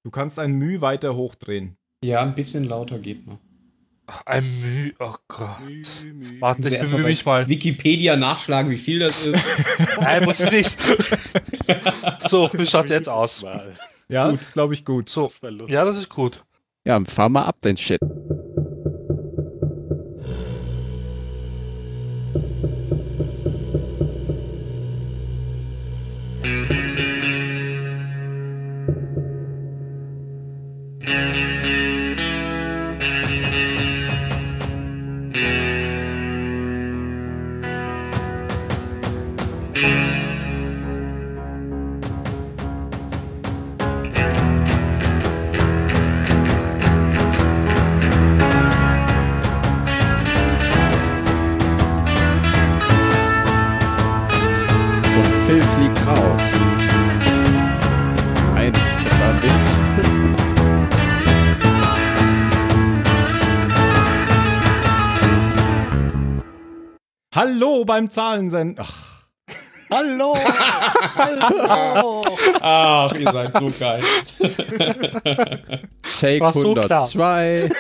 Du kannst ein Müh weiter hochdrehen. Ja, ein bisschen lauter geht noch. Ein Müh, oh Gott. Müh. Warte, ich bemühe mich mal. Wikipedia nachschlagen, wie viel das ist. Nein, muss ich nicht. So, wie schaut's jetzt aus? Ja, das ist, glaube ich, gut. So, ja, das ist gut. Ja, fahr mal ab, den Shit. Phil fliegt raus. Nein, das war ein Witz. Hallo beim Zahlensenden. Ach, Hallo! Hallo! Ach, ihr seid so geil. Take War so 102.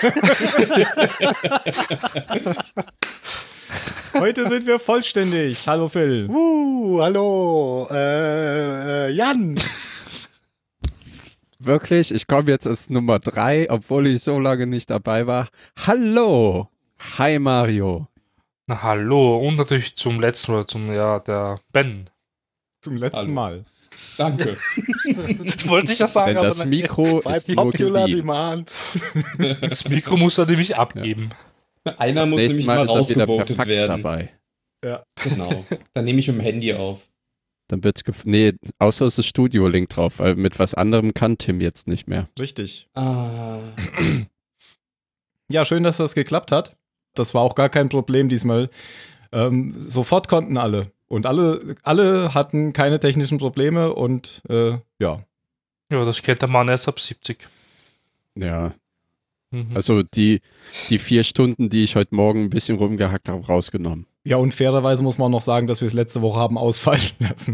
heute sind wir vollständig. Hallo Phil. Hallo! Jan! Wirklich, ich komme jetzt als Nummer 3, obwohl ich so lange nicht dabei war. Hallo. Hi Mario. Na, hallo. Und natürlich zum letzten oder der Ben. Zum letzten Hallo. Mal. Danke. Wollte ich ja sagen, Denn aber das nein. Mikro Bei ist nur Popular geliehen. Demand. Das Mikro muss er nämlich abgeben. Einer muss Nächstes nämlich Mal mal ist er wieder per rausgevotet Fax werden. dabei. Genau. Dann nehme ich mit dem Handy auf. Dann wird's nee, außer es ist Studio-Link drauf, weil mit was anderem kann Tim jetzt nicht mehr. Richtig. Ah. Ja, schön, dass das geklappt hat. Das war auch gar kein Problem diesmal. Sofort konnten alle. Und alle hatten keine technischen Probleme und ja. Ja, das kennt der Mann erst ab 70. Ja, Mhm. also die 4 Stunden, die ich heute Morgen ein bisschen rumgehackt habe, rausgenommen. Ja, und fairerweise muss man auch noch sagen, dass wir es letzte Woche haben ausfallen lassen.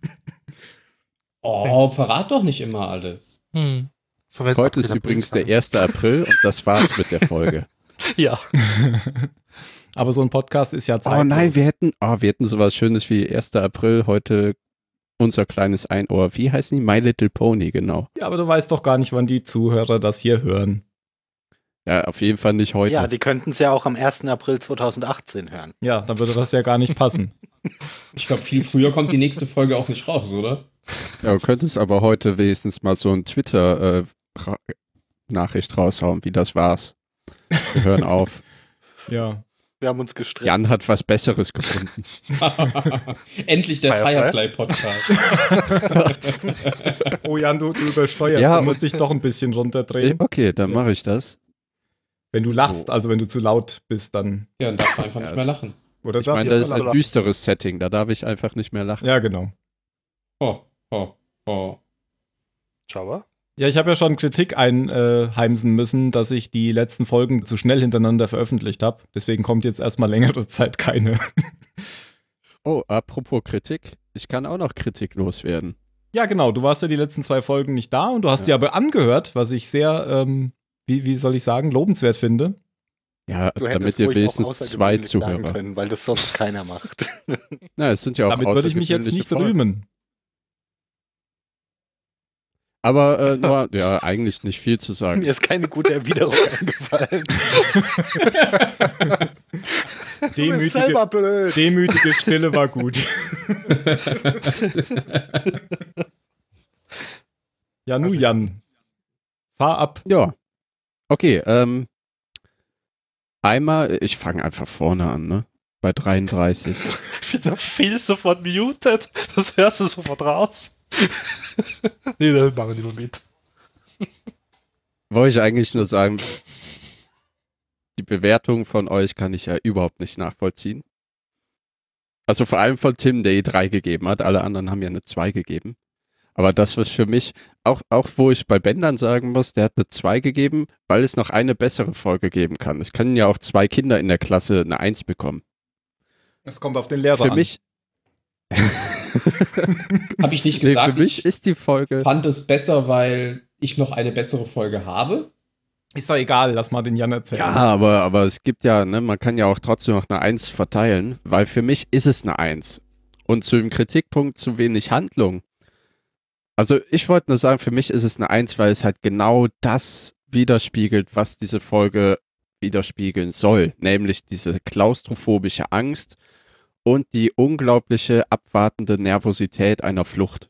Oh, verrat doch nicht immer alles. Heute ist übrigens der 1. April und das war's mit der Folge. Ja. Aber so ein Podcast ist ja zeitlos. Oh nein, wir hätten sowas Schönes wie 1. April, heute unser kleines Einohr. Wie heißen die? My Little Pony, genau. Ja, aber du weißt doch gar nicht, wann die Zuhörer das hier hören. Ja, auf jeden Fall nicht heute. Ja, die könnten es ja auch am 1. April 2018 hören. Ja, dann würde das ja gar nicht passen. Ich glaube, viel früher kommt die nächste Folge auch nicht raus, oder? Ja, du könntest aber heute wenigstens mal so ein Twitter-Nachricht raushauen, wie das war's. Wir hören auf. Ja. Wir haben uns gestritten. Jan hat was Besseres gefunden. Endlich der Firefly? Firefly-Podcast. Oh Jan, du übersteuerst. Ja, Du musst dich doch ein bisschen runterdrehen. Okay, dann mache ich das. Wenn du lachst, also wenn du zu laut bist, dann. Ja, dann darf man einfach nicht mehr lachen. Oder Ich darf meine, ich das ist auch ein lachen? düsteres Setting, da darf ich einfach nicht mehr lachen. Ja, genau. Oh, oh, oh. Java? Ja, ich habe ja schon Kritik einheimsen müssen, dass ich die letzten Folgen zu schnell hintereinander veröffentlicht habe. Deswegen kommt jetzt erstmal längere Zeit keine. Oh, apropos Kritik, ich kann auch noch Kritik loswerden. Ja, genau. Du warst ja die letzten 2 Folgen nicht da und du hast die aber angehört, was ich sehr, wie soll ich sagen, lobenswert finde. Ja, Du damit hättest ihr ruhig wenigstens auch 2 außergewöhnlich sagen Zuhörer. können, weil das sonst keiner macht. Na, es sind ja auch Damit würde ich mich jetzt nicht außergewöhnliche Folgen. rühmen. Aber nur, ja, eigentlich nicht viel zu sagen. Mir ist keine gute Erwiderung eingefallen. Du bist selber blöd. Demütige Stille war gut. Ja, nu Jan. Fahr ab. Ja. Okay, einmal, ich fange einfach vorne an, ne? Bei 33. Wieder viel sofort muted. Das hörst du sofort raus. Nee, da machen die mal mit. Wollte ich eigentlich nur sagen, die Bewertung von euch kann ich ja überhaupt nicht nachvollziehen. Also vor allem von Tim, der 3 gegeben hat. Alle anderen haben ja eine 2 gegeben. Aber das was für mich, auch wo ich bei Bendern sagen muss, der hat eine 2 gegeben, weil es noch eine bessere Folge geben kann. Es können ja auch 2 Kinder in der Klasse eine 1 bekommen. Es kommt auf den Lehrer Für an. mich, Habe ich nicht nee, gesagt. für mich Ich ist die Folge, fand es besser, weil ich noch eine bessere Folge habe. Ist doch egal, lass mal den Jan erzählen. Ja, aber es gibt ja, ne, man kann ja auch trotzdem noch eine 1 verteilen, weil für mich ist es eine 1. Und zu dem Kritikpunkt zu wenig Handlung. Also ich wollte nur sagen, für mich ist es eine 1, weil es halt genau das widerspiegelt, was diese Folge widerspiegeln soll. Nämlich diese klaustrophobische Angst und die unglaubliche abwartende Nervosität einer Flucht.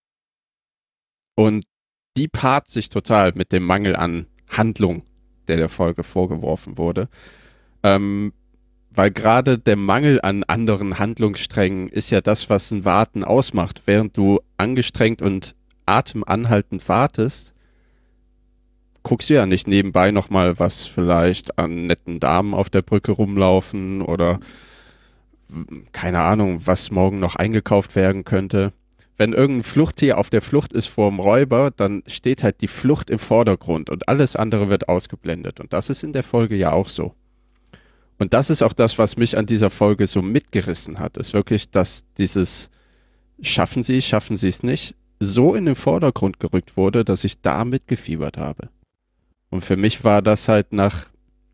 Und die paart sich total mit dem Mangel an Handlung, der Folge vorgeworfen wurde. Weil gerade der Mangel an anderen Handlungssträngen ist ja das, was ein Warten ausmacht. Während du angestrengt und atemanhaltend wartest, guckst du ja nicht nebenbei nochmal, was vielleicht an netten Damen auf der Brücke rumlaufen oder keine Ahnung, was morgen noch eingekauft werden könnte. Wenn irgendein Fluchttier auf der Flucht ist vor dem Räuber, dann steht halt die Flucht im Vordergrund und alles andere wird ausgeblendet. Und das ist in der Folge ja auch so. Und das ist auch das, was mich an dieser Folge so mitgerissen hat. Ist wirklich, dass dieses schaffen sie es nicht, so in den Vordergrund gerückt wurde, dass ich da mitgefiebert habe. Und für mich war das halt nach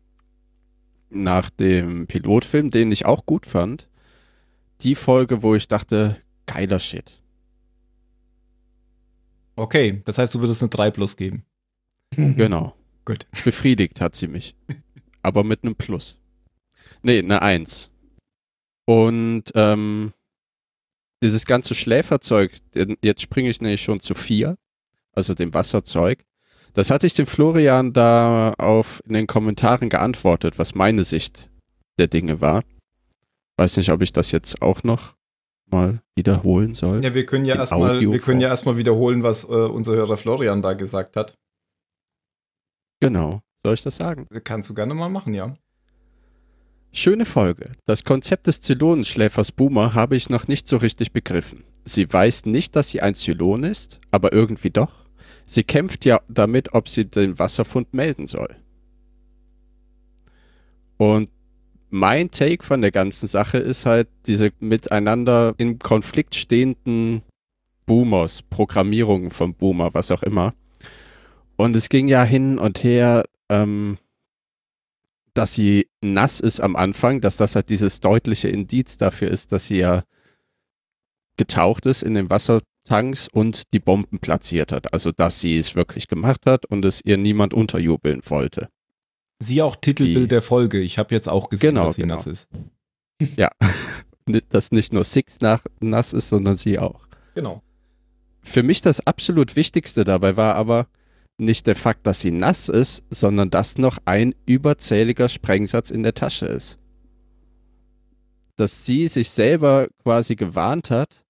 dem Pilotfilm, den ich auch gut fand, die Folge, wo ich dachte, geiler Shit. Okay, das heißt, du würdest eine 3+ geben. Genau. Gut. Befriedigt hat sie mich. Aber mit einem Plus. Nee, eine 1. Und dieses ganze Schläferzeug, jetzt springe ich nämlich schon zu 4, also dem Wasserzeug. Das hatte ich dem Florian da in den Kommentaren geantwortet, was meine Sicht der Dinge war. Weiß nicht, ob ich das jetzt auch noch mal wiederholen soll. Ja, wir können ja erstmal wiederholen, was unser Hörer Florian da gesagt hat. Genau. Soll ich das sagen? Kannst du gerne mal machen, ja. Schöne Folge. Das Konzept des Zylonenschläfers Boomer habe ich noch nicht so richtig begriffen. Sie weiß nicht, dass sie ein Zylon ist, aber irgendwie doch. Sie kämpft ja damit, ob sie den Wasserfund melden soll. Und mein Take von der ganzen Sache ist halt diese miteinander im Konflikt stehenden Boomers, Programmierungen von Boomer, was auch immer. Und es ging ja hin und her, dass sie nass ist am Anfang, dass das halt dieses deutliche Indiz dafür ist, dass sie ja getaucht ist in den Wassertanks und die Bomben platziert hat. Also, dass sie es wirklich gemacht hat und es ihr niemand unterjubeln wollte. Sie auch Titelbild der Folge. Ich habe jetzt auch gesehen, dass sie nass ist. Ja, dass nicht nur Six nass ist, sondern sie auch. Genau. Für mich das absolut Wichtigste dabei war aber nicht der Fakt, dass sie nass ist, sondern dass noch ein überzähliger Sprengsatz in der Tasche ist. Dass sie sich selber quasi gewarnt hat,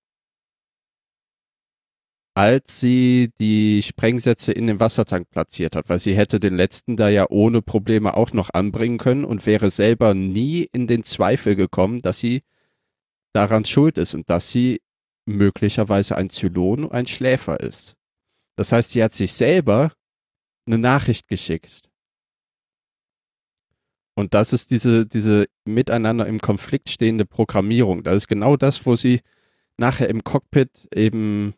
als sie die Sprengsätze in den Wassertank platziert hat, weil sie hätte den letzten da ja ohne Probleme auch noch anbringen können und wäre selber nie in den Zweifel gekommen, dass sie daran schuld ist und dass sie möglicherweise ein Zylon, ein Schläfer ist. Das heißt, sie hat sich selber eine Nachricht geschickt. Und das ist diese miteinander im Konflikt stehende Programmierung. Das ist genau das, wo sie nachher im Cockpit eben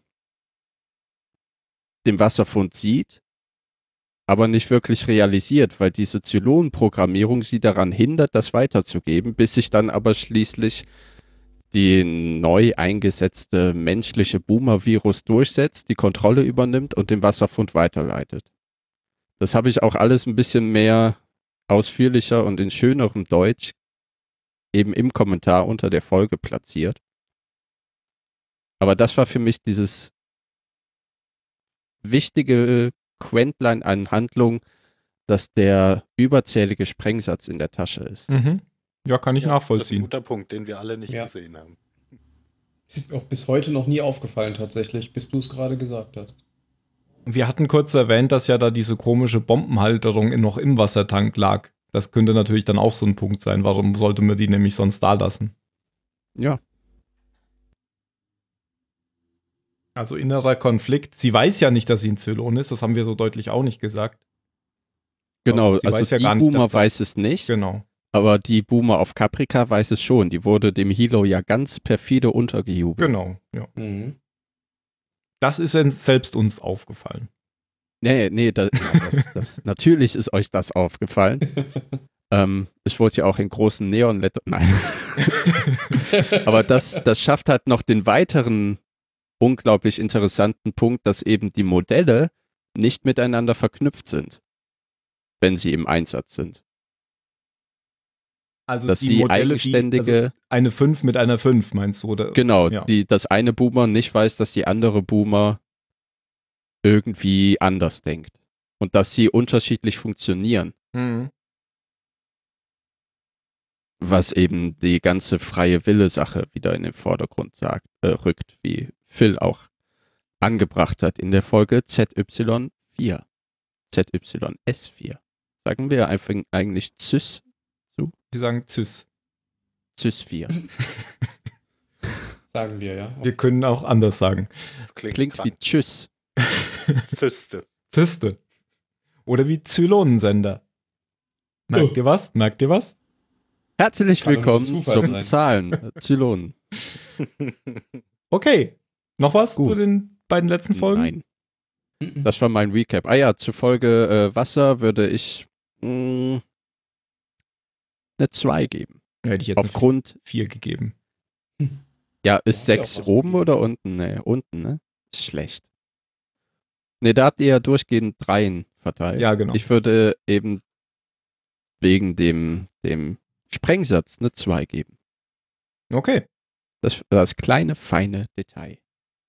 den Wasserfund sieht, aber nicht wirklich realisiert, weil diese Zylon-Programmierung sie daran hindert, das weiterzugeben, bis sich dann aber schließlich die neu eingesetzte menschliche Boomer-Virus durchsetzt, die Kontrolle übernimmt und den Wasserfund weiterleitet. Das habe ich auch alles ein bisschen mehr ausführlicher und in schönerem Deutsch eben im Kommentar unter der Folge platziert. Aber das war für mich dieses wichtige Quäntlein an Handlung, dass der überzählige Sprengsatz in der Tasche ist. Mhm. Ja, kann ich Das ist ein nachvollziehen. guter Punkt, den wir alle nicht gesehen haben. Ist mir auch bis heute noch nie aufgefallen tatsächlich, bis du es gerade gesagt hast. Wir hatten kurz erwähnt, dass ja da diese komische Bombenhalterung noch im Wassertank lag. Das könnte natürlich dann auch so ein Punkt sein. Warum sollte man die nämlich sonst da lassen? Ja. Also innerer Konflikt. Sie weiß ja nicht, dass sie ein Zylon ist. Das haben wir so deutlich auch nicht gesagt. Genau, Sie also weiß ja die gar nicht, Boomer dass weiß es nicht, Genau. aber die Boomer auf Caprica weiß es schon. Die wurde dem Hilo ja ganz perfide untergejubelt. Genau, ja. Mhm. Das ist selbst uns aufgefallen. Nee, natürlich ist euch das aufgefallen. Es wurde ja auch in großen Neonlettern. Nein. Aber das schafft halt noch den weiteren unglaublich interessanten Punkt, dass eben die Modelle nicht miteinander verknüpft sind, wenn sie im Einsatz sind. Also dass die sie Modelle, eigenständige. also eine 5 mit einer 5, meinst du? Oder? Genau, Ja. das eine Boomer nicht weiß, dass die andere Boomer irgendwie anders denkt. Und dass sie unterschiedlich funktionieren. Mhm. Was eben die ganze freie Wille-Sache wieder in den Vordergrund rückt, wie Phil auch angebracht hat in der Folge ZY4. ZYS4. Sagen wir einfach eigentlich CIS? Wir sagen Cis. CIS4. Sagen wir, ja. Wir können auch anders sagen. Das Klingt wie Tschüss. Zyste. Zyste. Oder wie Zylonensender. Merkt ihr was? Merkt ihr was? Herzlich Kann doch nur willkommen Zufall zum sein. Zahlen. Zylonen. Okay. Noch was Gut. zu den beiden letzten Folgen? Nein. Mhm. Das war mein Recap. Ah ja, zur Folge Wasser würde ich eine 2 geben. Hätte ich jetzt Aufgrund, eine 4 gegeben. ja, ist Da hast du 6 auch was oben gegeben. oder unten? Ne, unten, ne? Ist schlecht. Ne, da habt ihr ja durchgehend 3 verteilt. Ja, genau. Ich würde eben wegen dem Sprengsatz eine 2 geben. Okay. Das kleine, feine Detail.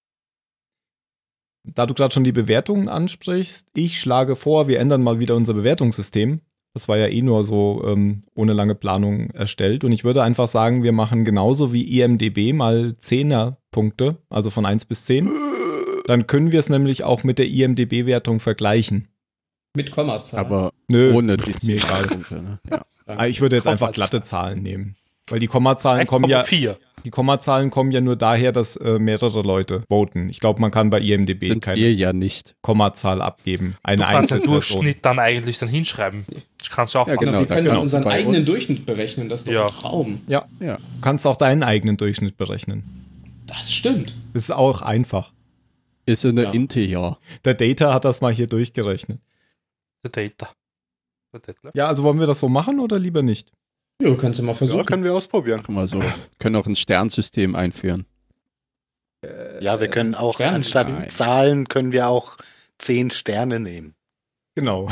Da du gerade schon die Bewertungen ansprichst, ich schlage vor, wir ändern mal wieder unser Bewertungssystem. Das war ja eh nur so ohne lange Planung erstellt. Und ich würde einfach sagen, wir machen genauso wie IMDb mal 10er-Punkte, also von 1 bis 10. Dann können wir es nämlich auch mit der IMDb-Wertung vergleichen. Mit Kommazahl. Aber Nö, ohne die mir egal. 2 Punkte. Ne? Ja. Ich würde jetzt einfach Kommazahlen. glatte Zahlen nehmen. Weil die Kommazahlen kommen ja 1,4. nur daher, dass mehrere Leute voten. Ich glaube, man kann bei IMDb Sind wir keine ja nicht. Kommazahl abgeben. Du Eine kannst den Einzelperson. Durchschnitt dann eigentlich dann hinschreiben. Das kannst du auch Ja, machen. genau. wir da können kann unseren bei eigenen uns- Durchschnitt berechnen. Das ist doch Ja. ein Traum. Ja, Ja. du kannst auch deinen eigenen Durchschnitt berechnen. Das stimmt. Das ist auch einfach. Ist eine Ja. Integer. Der Data hat das mal hier durchgerechnet. Der Data. Der Detlef. Ja, also wollen wir das so machen oder lieber nicht? Ja, kannst du mal Ja, versuchen. können wir ausprobieren. Machen wir so. Können auch ein Sternsystem einführen. Ja, wir können auch Sterne- anstatt Nein. Zahlen können wir auch 10 Sterne nehmen. Genau.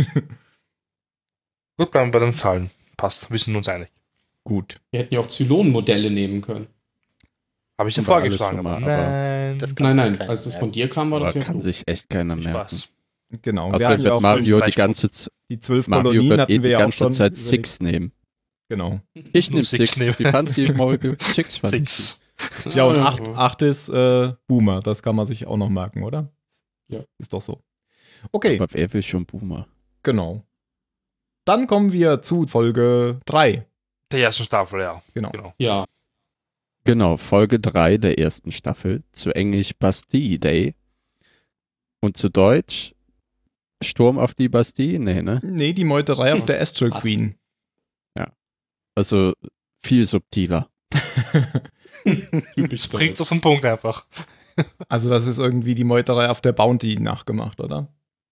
Gut, bleiben wir bei den Zahlen. Passt, wir sind uns einig. Gut. Wir hätten ja auch Zylonenmodelle nehmen können. Habe ich ja War alles vorgeschlagen, schon aber mal, aber nein. Das kann Nein, sich keiner als das von merken. dir kam, war Aber das ja kann gut. sich echt keiner Ich merken. weiß. Genau. Wir Außer hatten ja wird auch Mario die Beispiel. ganze Zeit die 12 Mario Kolonien wird hatten die wir ja auch ganze schon Zeit überlegt. 6 nehmen. Genau. Ich nehme Six 6. nehmen. Wie kannst du die Folge 6 verdienen? 6. Ja, und 8 ist Boomer. Das kann man sich auch noch merken, oder? Ja. Ist doch so. Okay, Aber wer will schon Boomer? genau. Dann kommen wir zu Folge 3. Der ersten Staffel, ja. Genau. Ja, Genau, Folge 3 der ersten Staffel. Zu Englisch Bastille Day. Und zu Deutsch Sturm auf die Bastille? Nee, ne? Nee, die Meuterei auf der Astral Passt. Queen. Also viel subtiler. typisch Bringt deutsch. auf den Punkt einfach. Also das ist irgendwie die Meuterei auf der Bounty nachgemacht, oder?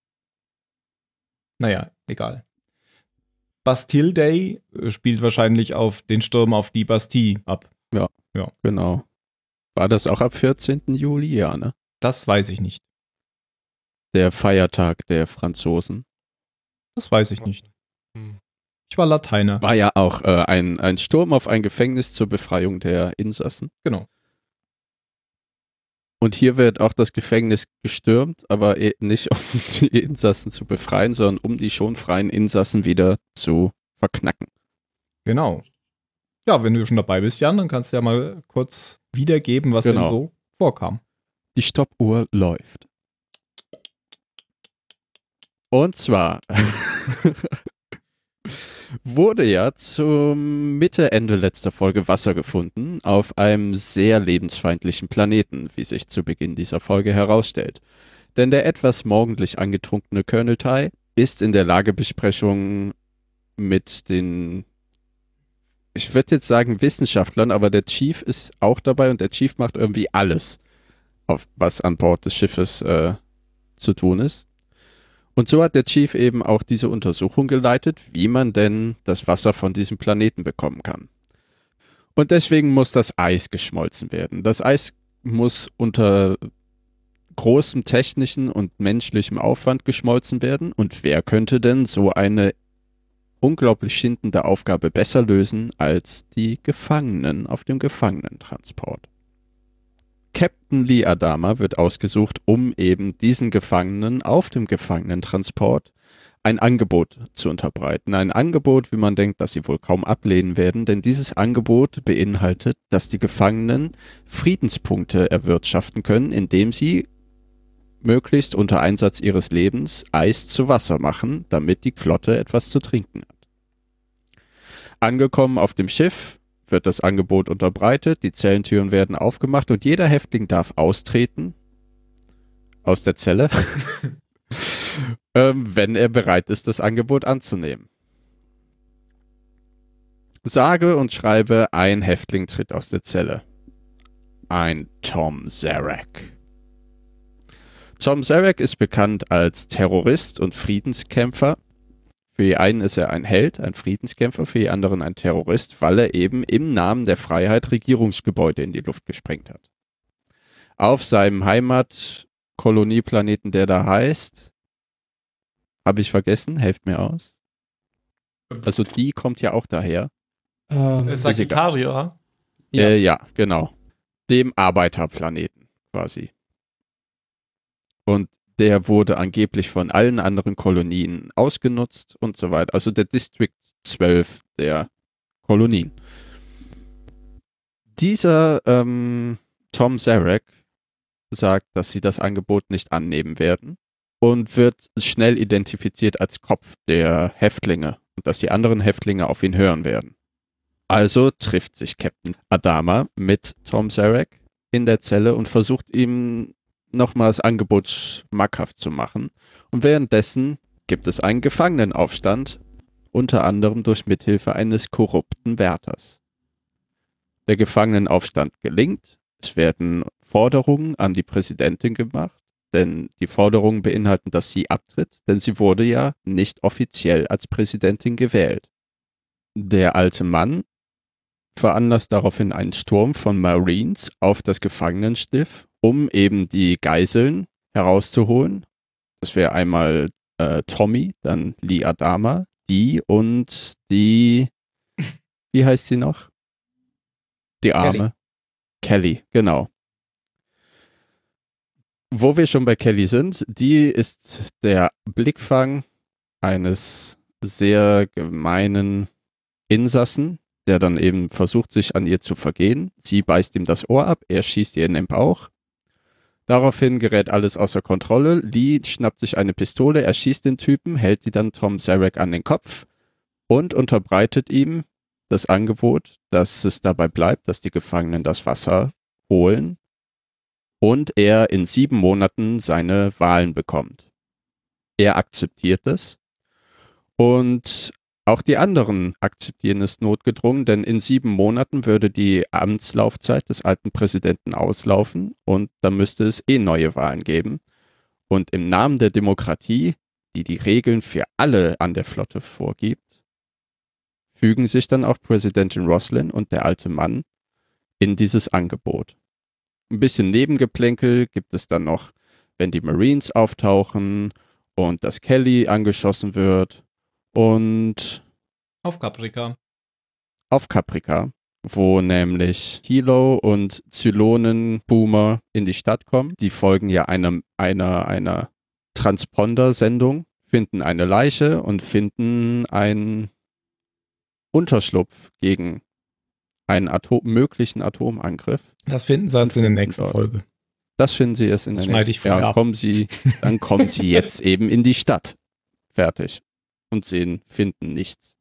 Naja, egal. Bastille Day spielt wahrscheinlich auf den Sturm auf die Bastille ab. Genau. War das auch ab 14. Juli? Ja, ne? Das weiß ich nicht. Der Feiertag der Franzosen. Das weiß ich nicht. Hm. Ich war Lateiner. War ja auch ein Sturm auf ein Gefängnis zur Befreiung der Insassen. Genau. Und hier wird auch das Gefängnis gestürmt, aber nicht um die Insassen zu befreien, sondern um die schon freien Insassen wieder zu verknacken. Genau. Ja, wenn du schon dabei bist, Jan, dann kannst du ja mal kurz wiedergeben, was Genau. denn so vorkam. Die Stoppuhr läuft. Und zwar wurde ja zum Ende letzter Folge Wasser gefunden auf einem sehr lebensfeindlichen Planeten, wie sich zu Beginn dieser Folge herausstellt. Denn der etwas morgendlich angetrunkene Colonel Tai ist in der Lagebesprechung mit den, ich würde jetzt sagen Wissenschaftlern, aber der Chief ist auch dabei und der Chief macht irgendwie alles, was an Bord des Schiffes zu tun ist. Und so hat der Chief eben auch diese Untersuchung geleitet, wie man denn das Wasser von diesem Planeten bekommen kann. Und deswegen muss das Eis geschmolzen werden. Das Eis muss unter großem technischen und menschlichem Aufwand geschmolzen werden. Und wer könnte denn so eine unglaublich schindende Aufgabe besser lösen als die Gefangenen auf dem Gefangenentransport? Captain Lee Adama wird ausgesucht, um eben diesen Gefangenen auf dem Gefangenentransport ein Angebot zu unterbreiten. Ein Angebot, wie man denkt, dass sie wohl kaum ablehnen werden, denn dieses Angebot beinhaltet, dass die Gefangenen Friedenspunkte erwirtschaften können, indem sie möglichst unter Einsatz ihres Lebens Eis zu Wasser machen, damit die Flotte etwas zu trinken hat. Angekommen auf dem Schiff wird das Angebot unterbreitet, die Zellentüren werden aufgemacht und jeder Häftling darf austreten aus der Zelle, wenn er bereit ist, das Angebot anzunehmen. Sage und schreibe, ein Häftling tritt aus der Zelle. Ein Tom Zarek. Tom Zarek ist bekannt als Terrorist und Friedenskämpfer. Für die einen ist er ein Held, ein Friedenskämpfer, für die anderen ein Terrorist, weil er eben im Namen der Freiheit Regierungsgebäude in die Luft gesprengt hat. Auf seinem Heimatkolonieplaneten, der da heißt, habe ich vergessen, helft mir aus. Also die kommt ja auch daher. Sagittarier. Ja, genau. Dem Arbeiterplaneten quasi. Und der wurde angeblich von allen anderen Kolonien ausgenutzt und so weiter. Also der District 12 der Kolonien. Dieser Tom Zarek sagt, dass sie das Angebot nicht annehmen werden und wird schnell identifiziert als Kopf der Häftlinge und dass die anderen Häftlinge auf ihn hören werden. Also trifft sich Captain Adama mit Tom Zarek in der Zelle und versucht ihm nochmal das Angebot schmackhaft zu machen. Und währenddessen gibt es einen Gefangenenaufstand, unter anderem durch Mithilfe eines korrupten Wärters. Der Gefangenenaufstand gelingt. Es werden Forderungen an die Präsidentin gemacht, denn die Forderungen beinhalten, dass sie abtritt, denn sie wurde ja nicht offiziell als Präsidentin gewählt. Der alte Mann veranlasst daraufhin einen Sturm von Marines auf das Gefangenenschiff, um eben die Geiseln herauszuholen. Das wäre einmal Tommy, dann Lee Adama, die und die, wie heißt sie noch? Die Arme. Kelly, genau. Wo wir schon bei Kelly sind, die ist der Blickfang eines sehr gemeinen Insassen, der dann eben versucht, sich an ihr zu vergehen. Sie beißt ihm das Ohr ab, er schießt ihr in den Bauch. Daraufhin gerät alles außer Kontrolle. Lee schnappt sich eine Pistole, er schießt den Typen, hält die dann Tom Zarek an den Kopf und unterbreitet ihm das Angebot, dass es dabei bleibt, dass die Gefangenen das Wasser holen und er in 7 Monaten seine Wahlen bekommt. Er akzeptiert es und auch die anderen akzeptieren es notgedrungen, denn in 7 Monaten würde die Amtslaufzeit des alten Präsidenten auslaufen und da müsste es neue Wahlen geben. Und im Namen der Demokratie, die die Regeln für alle an der Flotte vorgibt, fügen sich dann auch Präsidentin Roslin und der alte Mann in dieses Angebot. Ein bisschen Nebengeplänkel gibt es dann noch, wenn die Marines auftauchen und dass Kelly angeschossen wird. Und Auf Caprica, wo nämlich Hilo und Zylonen-Boomer in die Stadt kommen. Die folgen ja einer Transponder-Sendung, finden eine Leiche und finden einen Unterschlupf gegen einen möglichen Atomangriff. Das finden sie erst in der nächsten Folge. Das finden sie erst in der nächsten Folge. Dann kommen sie jetzt eben in die Stadt. Fertig. Und finden nichts.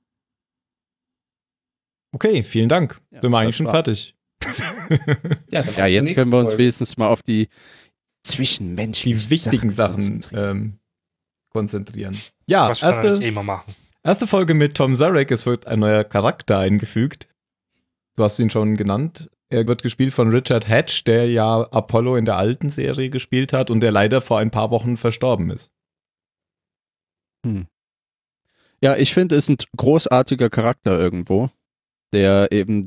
Okay, vielen Dank. Ja, sind wir eigentlich schon fertig. Ja, jetzt können wir uns wenigstens mal auf die zwischenmenschlichen die wichtigen Sachen konzentrieren. Ja, Was wir eigentlich immer machen. Erste Folge mit Tom Zarek. Es wird ein neuer Charakter eingefügt. Du hast ihn schon genannt. Er wird gespielt von Richard Hatch, der ja Apollo in der alten Serie gespielt hat und der leider vor ein paar Wochen verstorben ist. Ja, ich finde, es ist ein großartiger Charakter irgendwo, der eben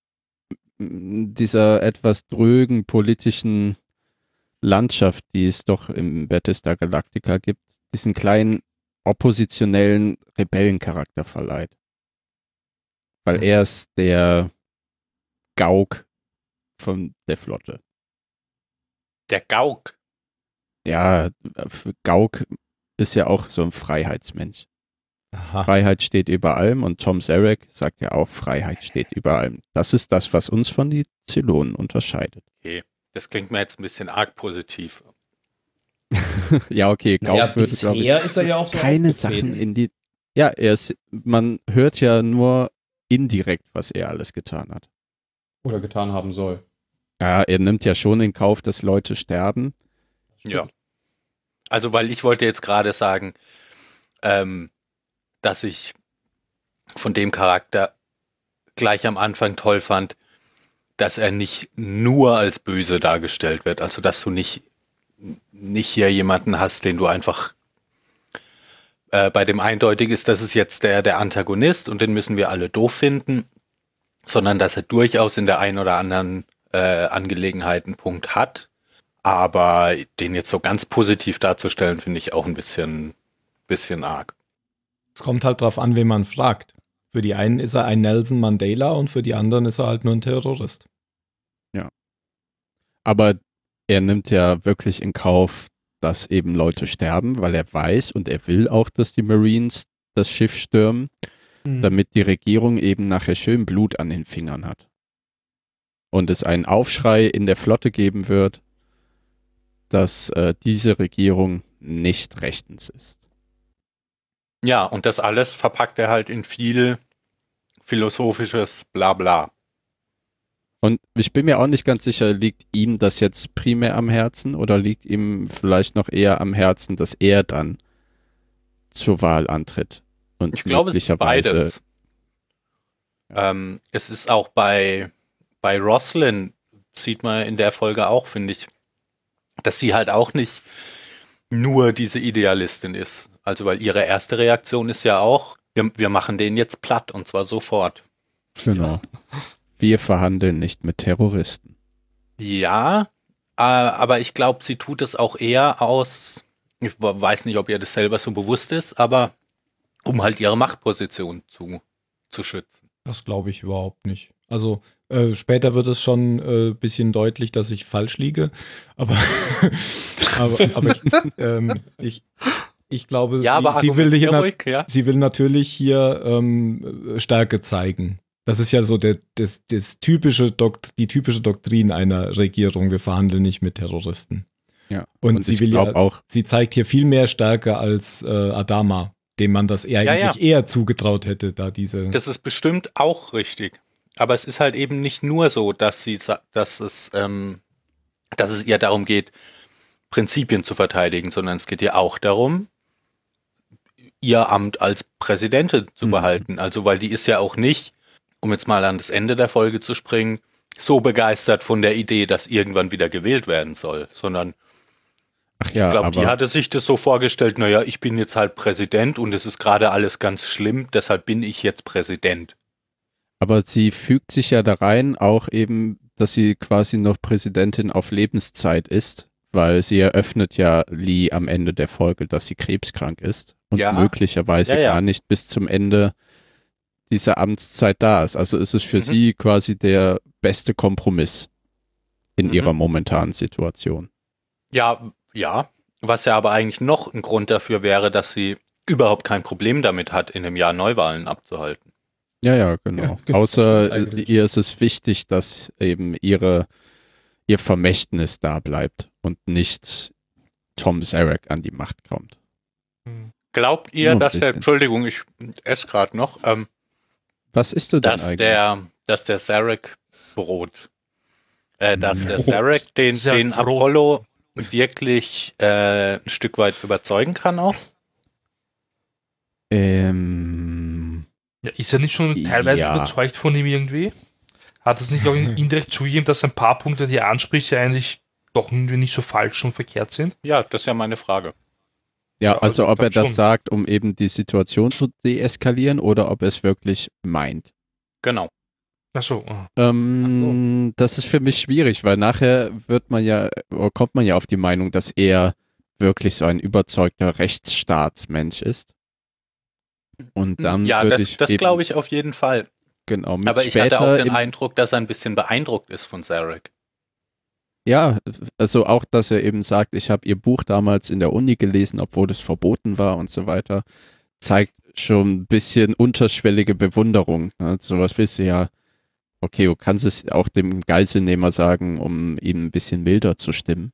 dieser etwas drögen politischen Landschaft, die es doch im Battlestar Galactica gibt, diesen kleinen oppositionellen Rebellencharakter verleiht. Weil er ist der Gauk von der Flotte. Der Gauk. Ja, Gauk ist ja auch so ein Freiheitsmensch. Aha. Freiheit steht über allem und Tom Zarek sagt ja auch, Freiheit steht über allem. Das ist das, was uns von den Zylonen unterscheidet. Okay, das klingt mir jetzt ein bisschen arg positiv. Ja, okay, Gauk Naja, würde, glaube ich, bisher ist er ja auch so keine aufgetreten. Sachen in die... Ja, man hört ja nur indirekt, was er alles getan hat. Oder getan haben soll. Ja, er nimmt ja schon in Kauf, dass Leute sterben. Ja. Also, weil ich wollte jetzt gerade sagen, dass ich von dem Charakter gleich am Anfang toll fand, dass er nicht nur als böse dargestellt wird. Also, dass du nicht hier jemanden hast, den du einfach bei dem eindeutig ist, das ist jetzt der Antagonist und den müssen wir alle doof finden, sondern dass er durchaus in der einen oder anderen Angelegenheit einen Punkt hat. Aber den jetzt so ganz positiv darzustellen, finde ich auch ein bisschen arg. Es kommt halt drauf an, wen man fragt. Für die einen ist er ein Nelson Mandela und für die anderen ist er halt nur ein Terrorist. Aber er nimmt ja wirklich in Kauf, dass eben Leute sterben, weil er weiß und er will auch, dass die Marines das Schiff stürmen, damit die Regierung eben nachher schön Blut an den Fingern hat. Und es einen Aufschrei in der Flotte geben wird, dass diese Regierung nicht rechtens ist. Ja, und das alles verpackt er halt in viel philosophisches Blabla. Und ich bin mir auch nicht ganz sicher, liegt ihm das jetzt primär am Herzen oder liegt ihm vielleicht noch eher am Herzen, dass er dann zur Wahl antritt? Und Ich glaube, es ist möglicherweise beides. Es ist auch bei Roslyn, sieht man in der Folge auch, finde ich, dass sie halt auch nicht nur diese Idealistin ist. Also, weil ihre erste Reaktion ist ja auch, wir machen den jetzt platt und zwar sofort. Genau. Wir verhandeln nicht mit Terroristen. Ja, aber ich glaube, sie tut es auch eher aus, ich weiß nicht, ob ihr das selber so bewusst ist, aber um halt ihre Machtposition zu schützen. Das glaube ich überhaupt nicht. Also später wird es schon ein bisschen deutlich, dass ich falsch liege. Aber, ich glaube, Ja, aber sie will hier ruhig, ja. sie will natürlich hier Stärke zeigen. Das ist ja so die typische Doktrin einer Regierung. Wir verhandeln nicht mit Terroristen. Ja. Und sie ich will glaub auch, sie zeigt hier viel mehr Stärke als Adama, dem man das eigentlich eher zugetraut hätte, da diese. Das ist bestimmt auch richtig. Aber es ist halt eben nicht nur so, dass es ihr darum geht, Prinzipien zu verteidigen, sondern es geht ihr auch darum, ihr Amt als Präsidentin zu behalten. Also, weil die ist ja auch nicht, um jetzt mal an das Ende der Folge zu springen, so begeistert von der Idee, dass irgendwann wieder gewählt werden soll, sondern ich glaube, die hatte sich das so vorgestellt, naja, ich bin jetzt halt Präsident und es ist gerade alles ganz schlimm, deshalb bin ich jetzt Präsident. Aber sie fügt sich ja da rein, auch eben, dass sie quasi noch Präsidentin auf Lebenszeit ist, weil sie eröffnet ja Lee am Ende der Folge, dass sie krebskrank ist und möglicherweise gar nicht bis zum Ende dieser Amtszeit da ist. Also ist es für sie quasi der beste Kompromiss in ihrer momentanen Situation. Ja, was ja aber eigentlich noch ein Grund dafür wäre, dass sie überhaupt kein Problem damit hat, in einem Jahr Neuwahlen abzuhalten. Ja, genau. Außer ihr ist es wichtig, dass eben ihr Vermächtnis da bleibt und nicht Tom Zarek an die Macht kommt. Glaubt ihr, dass Entschuldigung, ich esse gerade noch, was isst du denn eigentlich? Dass der Zarek-Brot, dass der Zarek den Apollo wirklich ein Stück weit überzeugen kann auch? Ja, ist er nicht schon teilweise überzeugt von ihm irgendwie? Hat es nicht auch indirekt zugegeben, dass ein paar Punkte, die er anspricht, ja eigentlich doch irgendwie nicht so falsch und verkehrt sind? Ja, das ist ja meine Frage. Ja, also ob er das schon sagt, um eben die Situation zu deeskalieren oder ob er es wirklich meint. Genau. Ach so. Das ist für mich schwierig, weil nachher kommt man ja auf die Meinung, dass er wirklich so ein überzeugter Rechtsstaatsmensch ist. Und dann Ja, würde das glaube ich auf jeden Fall. Genau, Aber ich hatte auch den Eindruck, dass er ein bisschen beeindruckt ist von Zarek. Ja, also auch, dass er eben sagt, ich habe ihr Buch damals in der Uni gelesen, obwohl es verboten war und so weiter, zeigt schon ein bisschen unterschwellige Bewunderung. Ne? Sowas willst du ja, okay, du kannst es auch dem Geiselnehmer sagen, um ihm ein bisschen milder zu stimmen.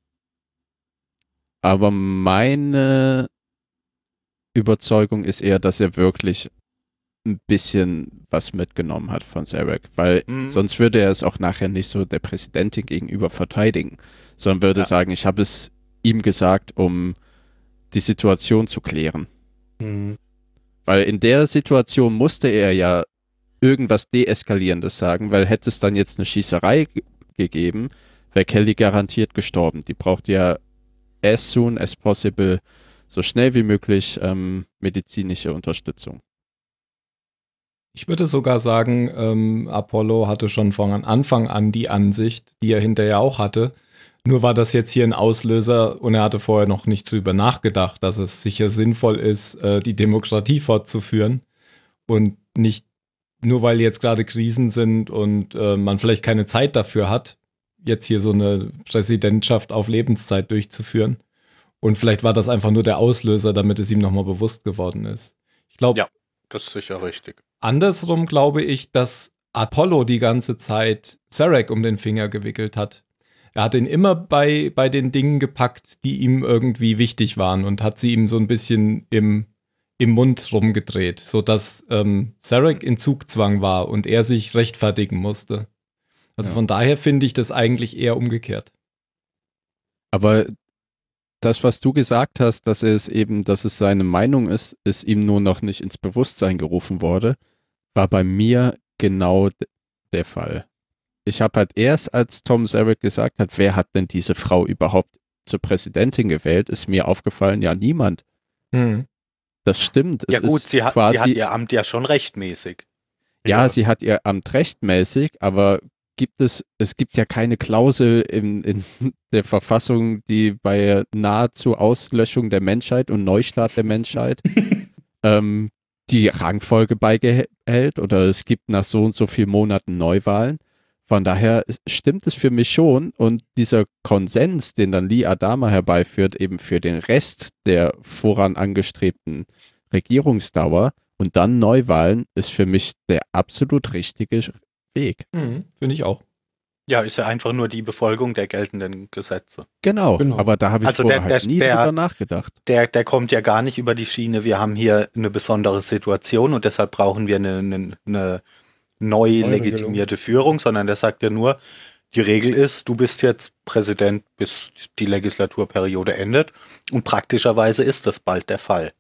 Aber meine Überzeugung ist eher, dass er wirklich ein bisschen was mitgenommen hat von Zarek, weil sonst würde er es auch nachher nicht so der Präsidentin gegenüber verteidigen, sondern würde sagen, ich habe es ihm gesagt, um die Situation zu klären. Weil in der Situation musste er ja irgendwas Deeskalierendes sagen, weil hätte es dann jetzt eine Schießerei gegeben, wäre Kelly garantiert gestorben. Die braucht ja as soon as possible, so schnell wie möglich medizinische Unterstützung. Ich würde sogar sagen, Apollo hatte schon von Anfang an die Ansicht, die er hinterher auch hatte. Nur war das jetzt hier ein Auslöser und er hatte vorher noch nicht drüber nachgedacht, dass es sicher sinnvoll ist, die Demokratie fortzuführen und nicht nur weil jetzt gerade Krisen sind und man vielleicht keine Zeit dafür hat, jetzt hier so eine Präsidentschaft auf Lebenszeit durchzuführen. Und vielleicht war das einfach nur der Auslöser, damit es ihm nochmal bewusst geworden ist. Ich glaube, ja, das ist sicher richtig. Andersrum glaube ich, dass Apollo die ganze Zeit Zarek um den Finger gewickelt hat. Er hat ihn immer bei den Dingen gepackt, die ihm irgendwie wichtig waren und hat sie ihm so ein bisschen im Mund rumgedreht, sodass Zarek in Zugzwang war und er sich rechtfertigen musste. Also von daher finde ich das eigentlich eher umgekehrt. Aber das, was du gesagt hast, dass es seine Meinung ist ihm nur noch nicht ins Bewusstsein gerufen wurde, war bei mir genau der Fall. Ich habe halt erst, als Tom Zarek gesagt hat, wer hat denn diese Frau überhaupt zur Präsidentin gewählt, ist mir aufgefallen, ja, niemand. Das stimmt. Ja gut, sie hat ihr Amt ja schon rechtmäßig. Ja, sie hat ihr Amt rechtmäßig, aber es gibt ja keine Klausel in der Verfassung, die bei nahezu Auslöschung der Menschheit und Neustart der Menschheit die Rangfolge beihält oder es gibt nach so und so vielen Monaten Neuwahlen. Von daher stimmt es für mich schon und dieser Konsens, den dann Lee Adama herbeiführt, eben für den Rest der voran angestrebten Regierungsdauer und dann Neuwahlen, ist für mich der absolut richtige Weg. Finde ich auch. Ja, ist ja einfach nur die Befolgung der geltenden Gesetze. Genau. Aber da habe ich vorher nie drüber nachgedacht. Der kommt ja gar nicht über die Schiene, wir haben hier eine besondere Situation und deshalb brauchen wir eine neu legitimierte Führung, sondern der sagt ja nur, die Regel ist, du bist jetzt Präsident, bis die Legislaturperiode endet und praktischerweise ist das bald der Fall.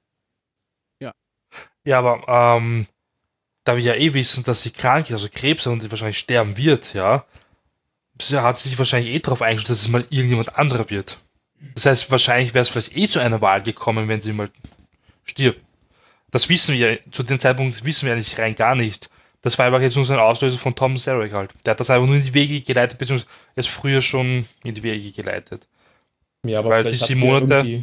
Ja, aber da wir ja wissen, dass sie krank ist, also Krebs hat und sie wahrscheinlich sterben wird, ja, hat sie sich wahrscheinlich darauf eingestellt, dass es mal irgendjemand anderer wird. Das heißt, wahrscheinlich wäre es vielleicht zu einer Wahl gekommen, wenn sie mal stirbt. Das wissen wir, zu dem Zeitpunkt wissen wir eigentlich rein gar nicht. Das war einfach jetzt nur so ein Auslöser von Tom Zarek halt. Der hat das einfach nur in die Wege geleitet, beziehungsweise ist früher schon in die Wege geleitet. Ja, aber weil vielleicht die hat sie Monate.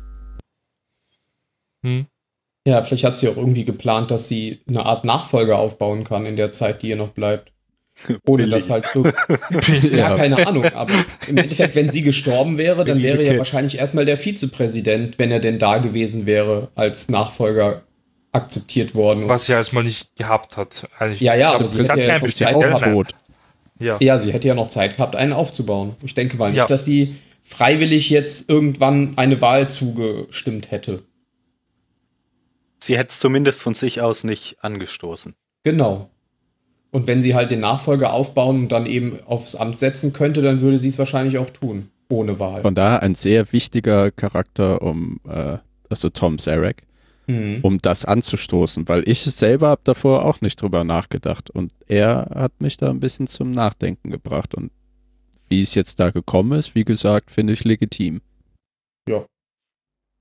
Ja, vielleicht hat sie auch irgendwie geplant, dass sie eine Art Nachfolger aufbauen kann in der Zeit, die ihr noch bleibt. Ohne das halt so. Ja, keine Ahnung. Aber im Endeffekt, wenn sie gestorben wäre, dann wäre ja wahrscheinlich erstmal der Vizepräsident, wenn er denn da gewesen wäre, als Nachfolger akzeptiert worden. Was sie erstmal nicht gehabt hat. Also aber sie hätte ja jetzt Zeit gehabt. Ja, sie hätte ja noch Zeit gehabt, einen aufzubauen. Ich denke mal nicht, dass sie freiwillig jetzt irgendwann eine Wahl zugestimmt hätte. Sie hätte es zumindest von sich aus nicht angestoßen. Genau. Und wenn sie halt den Nachfolger aufbauen und dann eben aufs Amt setzen könnte, dann würde sie es wahrscheinlich auch tun, ohne Wahl. Von daher ein sehr wichtiger Charakter, also Tom Zarek, um das anzustoßen, weil ich selber habe davor auch nicht drüber nachgedacht und er hat mich da ein bisschen zum Nachdenken gebracht und wie es jetzt da gekommen ist, wie gesagt, finde ich legitim. Ja.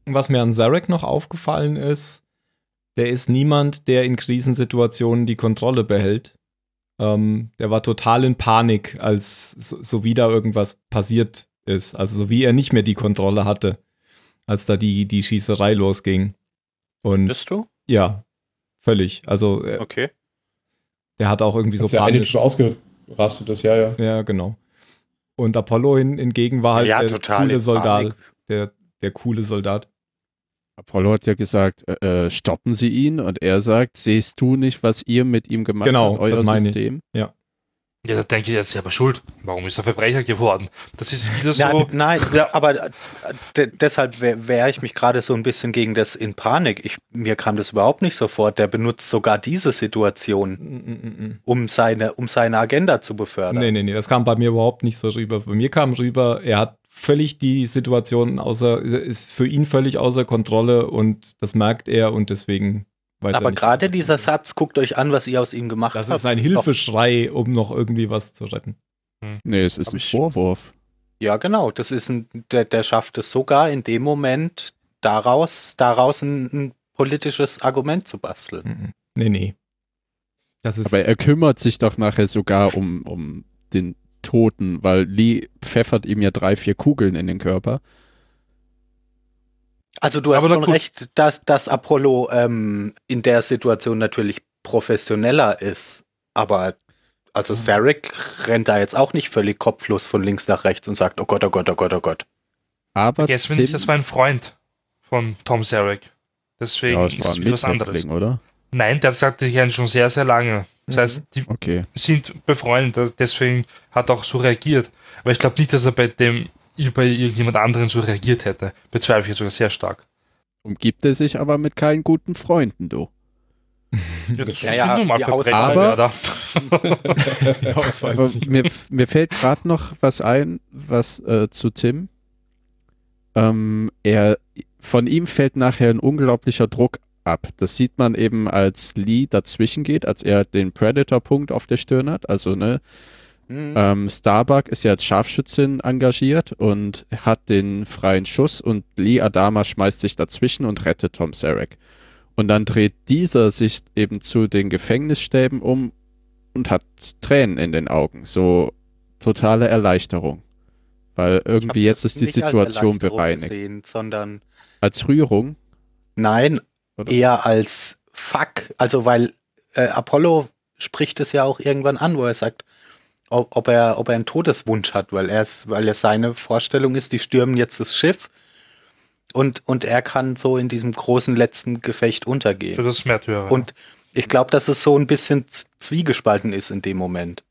Was mir an Zarek noch aufgefallen ist, der ist niemand, der in Krisensituationen die Kontrolle behält. Der war total in Panik, als so wieder irgendwas passiert ist. Also so wie er nicht mehr die Kontrolle hatte, als da die Schießerei losging. Und Bist du? ja, völlig. Also Okay. der hat auch irgendwie so Als der eine schon ausgerastet ist, ja. Ja, genau. Und Apollo hingegen war halt Ja, der total coole in Soldat. Panik. Der coole Soldat. Apollo hat ja gesagt, stoppen Sie ihn. Und er sagt, siehst du nicht, was ihr mit ihm gemacht Genau, habt, euer das meine ich. System? Ja, da denke ich, er ist selber schuld. Warum ist er Verbrecher geworden? Das ist wieder so. Nein, Ja. aber deshalb wehre ich mich gerade so ein bisschen gegen das in Panik. Mir kam das überhaupt nicht so vor. Der benutzt sogar diese Situation, um seine Agenda zu befördern. Nee, das kam bei mir überhaupt nicht so rüber. Bei mir kam rüber, er hat völlig die Situation ist für ihn völlig außer Kontrolle und das merkt er und deswegen weiß er Aber nicht. gerade dieser Satz, guckt euch an, was ihr aus ihm gemacht habt. Das ist ein Hilfeschrei, um noch irgendwie was zu retten. Nee, es ist ein Vorwurf. Ja, genau. Das ist der schafft es sogar in dem Moment, daraus ein politisches Argument zu basteln. Nee. Das ist Aber er kümmert sich doch nachher sogar um den Toten, weil Lee pfeffert ihm ja 3-4 Kugeln in den Körper. Also du hast Aber schon recht, dass Apollo in der Situation natürlich professioneller ist, aber also Zarek rennt da jetzt auch nicht völlig kopflos von links nach rechts und sagt, oh Gott, oh Gott, oh Gott, oh Gott. Aber Vergesst mir nicht, das war ein Freund von Tom Zarek. Deswegen ja, ist es war es ein wieder was anderes. Mithäftling, oder? Nein, der hat gesagt, die kennen schon sehr, sehr lange. Das heißt, die Okay. sind befreundet, deswegen hat er auch so reagiert. Aber ich glaube nicht, dass er bei irgendjemand anderen so reagiert hätte. Bezweifle ich sogar sehr stark. Umgibt er sich aber mit keinen guten Freunden, du. Ja, das Ja, sind nun mal die Verbrecher, Aber- da. Aber mir fällt gerade noch was ein, was zu Tim. Von ihm fällt nachher ein unglaublicher Druck ab. Das sieht man eben, als Lee dazwischen geht, als er den Predator-Punkt auf der Stirn hat. Also, ne, Starbuck ist ja als Scharfschützin engagiert und hat den freien Schuss und Lee Adama schmeißt sich dazwischen und rettet Tom Zarek. Und dann dreht dieser sich eben zu den Gefängnisstäben um und hat Tränen in den Augen. So totale Erleichterung. Weil irgendwie jetzt ist die Situation bereinigt. Gesehen, sondern Als Rührung? nein, Oder? eher als Fuck. Also weil Apollo spricht es ja auch irgendwann an, wo er sagt, ob er einen Todeswunsch hat, weil er seine Vorstellung ist, die stürmen jetzt das Schiff und er kann so in diesem großen letzten Gefecht untergehen. Für das Märtyrer. Und ich glaube, dass es so ein bisschen zwiegespalten ist in dem Moment.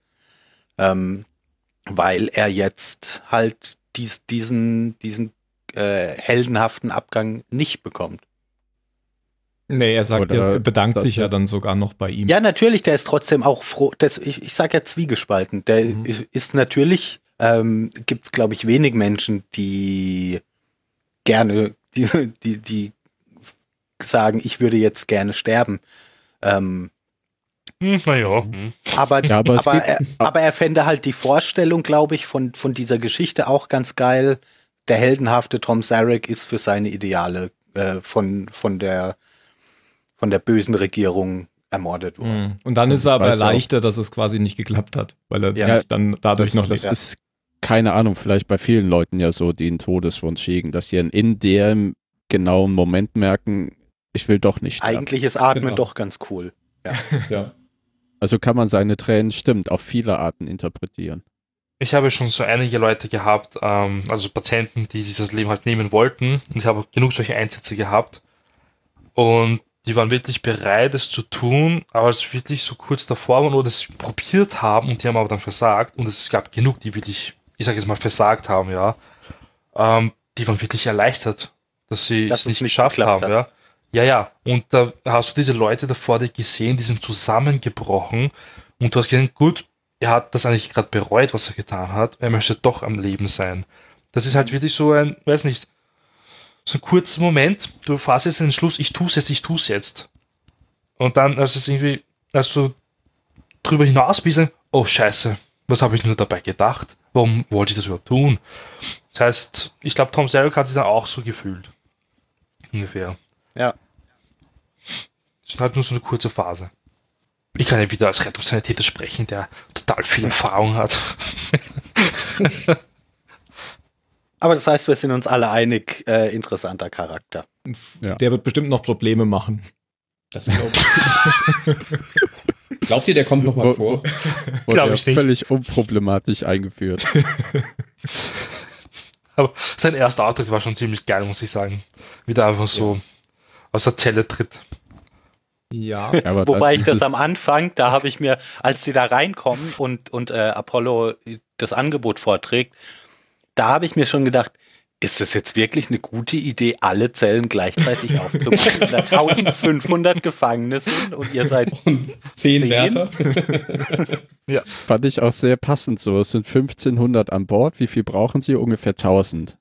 Weil er jetzt halt diesen heldenhaften Abgang nicht bekommt. Nee, er sagt, Oder er bedankt sich ja das- dann sogar noch bei ihm. Ja, natürlich, der ist trotzdem auch froh. Ich sage ja zwiegespalten. Der ist natürlich, gibt es, glaube ich, wenig Menschen, die gerne, die sagen, ich würde jetzt gerne sterben. Naja. Aber, Ja, aber es aber er fände halt die Vorstellung, glaube ich, von dieser Geschichte auch ganz geil. Der heldenhafte Tom Zarek ist für seine Ideale von der bösen Regierung ermordet worden. Und dann ist er aber Weißt du auch- erleichtert, dass es quasi nicht geklappt hat, weil er Ja, dann dadurch noch das lebt. ist, keine Ahnung, vielleicht bei vielen Leuten ja so, die einen Todeswunsch hegen, dass sie in dem genauen Moment merken, ich will doch nicht sterben. Eigentlich ist Atmen Genau. doch ganz cool. Ja. Also kann man seine Tränen, stimmt, auf viele Arten interpretieren. Ich habe schon so einige Leute gehabt, also Patienten, die sich das Leben halt nehmen wollten. Und ich habe genug solche Einsätze gehabt. Und die waren wirklich bereit, es zu tun, aber es wirklich so kurz davor waren oder es probiert haben und die haben aber dann versagt. Und es gab genug, die wirklich, ich sage jetzt mal, versagt haben, ja. Die waren wirklich erleichtert, dass sie Dass es es nicht nicht geschafft geklappt haben, ja. Ja. Und da hast du diese Leute davor dir gesehen, die sind zusammengebrochen und du hast gesehen, gut, er hat das eigentlich gerade bereut, was er getan hat. Er möchte doch am Leben sein. Das ist halt wirklich so ein, weiß nicht, so ein kurzer Moment. Du fasst jetzt den Entschluss, ich tu's jetzt. Und dann, als du drüber hinaus bist, oh Scheiße, was habe ich nur dabei gedacht? Warum wollte ich das überhaupt tun? Das heißt, ich glaube, Tom Zarek hat sich dann auch so gefühlt. ungefähr. Ja. Das ist halt nur so eine kurze Phase. Ich kann ja wieder als Rettungssanitäter sprechen, der total viel Erfahrung hat. Aber das heißt, wir sind uns alle einig, interessanter Charakter. Ja. Der wird bestimmt noch Probleme machen. Das glaube ich. Glaubt ihr, der kommt nochmal vor? Wurde Glaub ja ich nicht. völlig unproblematisch eingeführt. Aber sein erster Auftritt war schon ziemlich geil, muss ich sagen. Wie der einfach so aus der Zelle tritt. Ja. Aber Wobei ich das dieses- am Anfang, da habe ich mir, als die da reinkommen und Apollo das Angebot vorträgt, da habe ich mir schon gedacht, ist das jetzt wirklich eine gute Idee, alle Zellen gleichzeitig aufzumachen, wenn da 1500 Gefangene sind und ihr seid 10 10? Wärter. Fand ich auch sehr passend so. Es sind 1500 an Bord. Wie viel brauchen sie? Ungefähr 1000.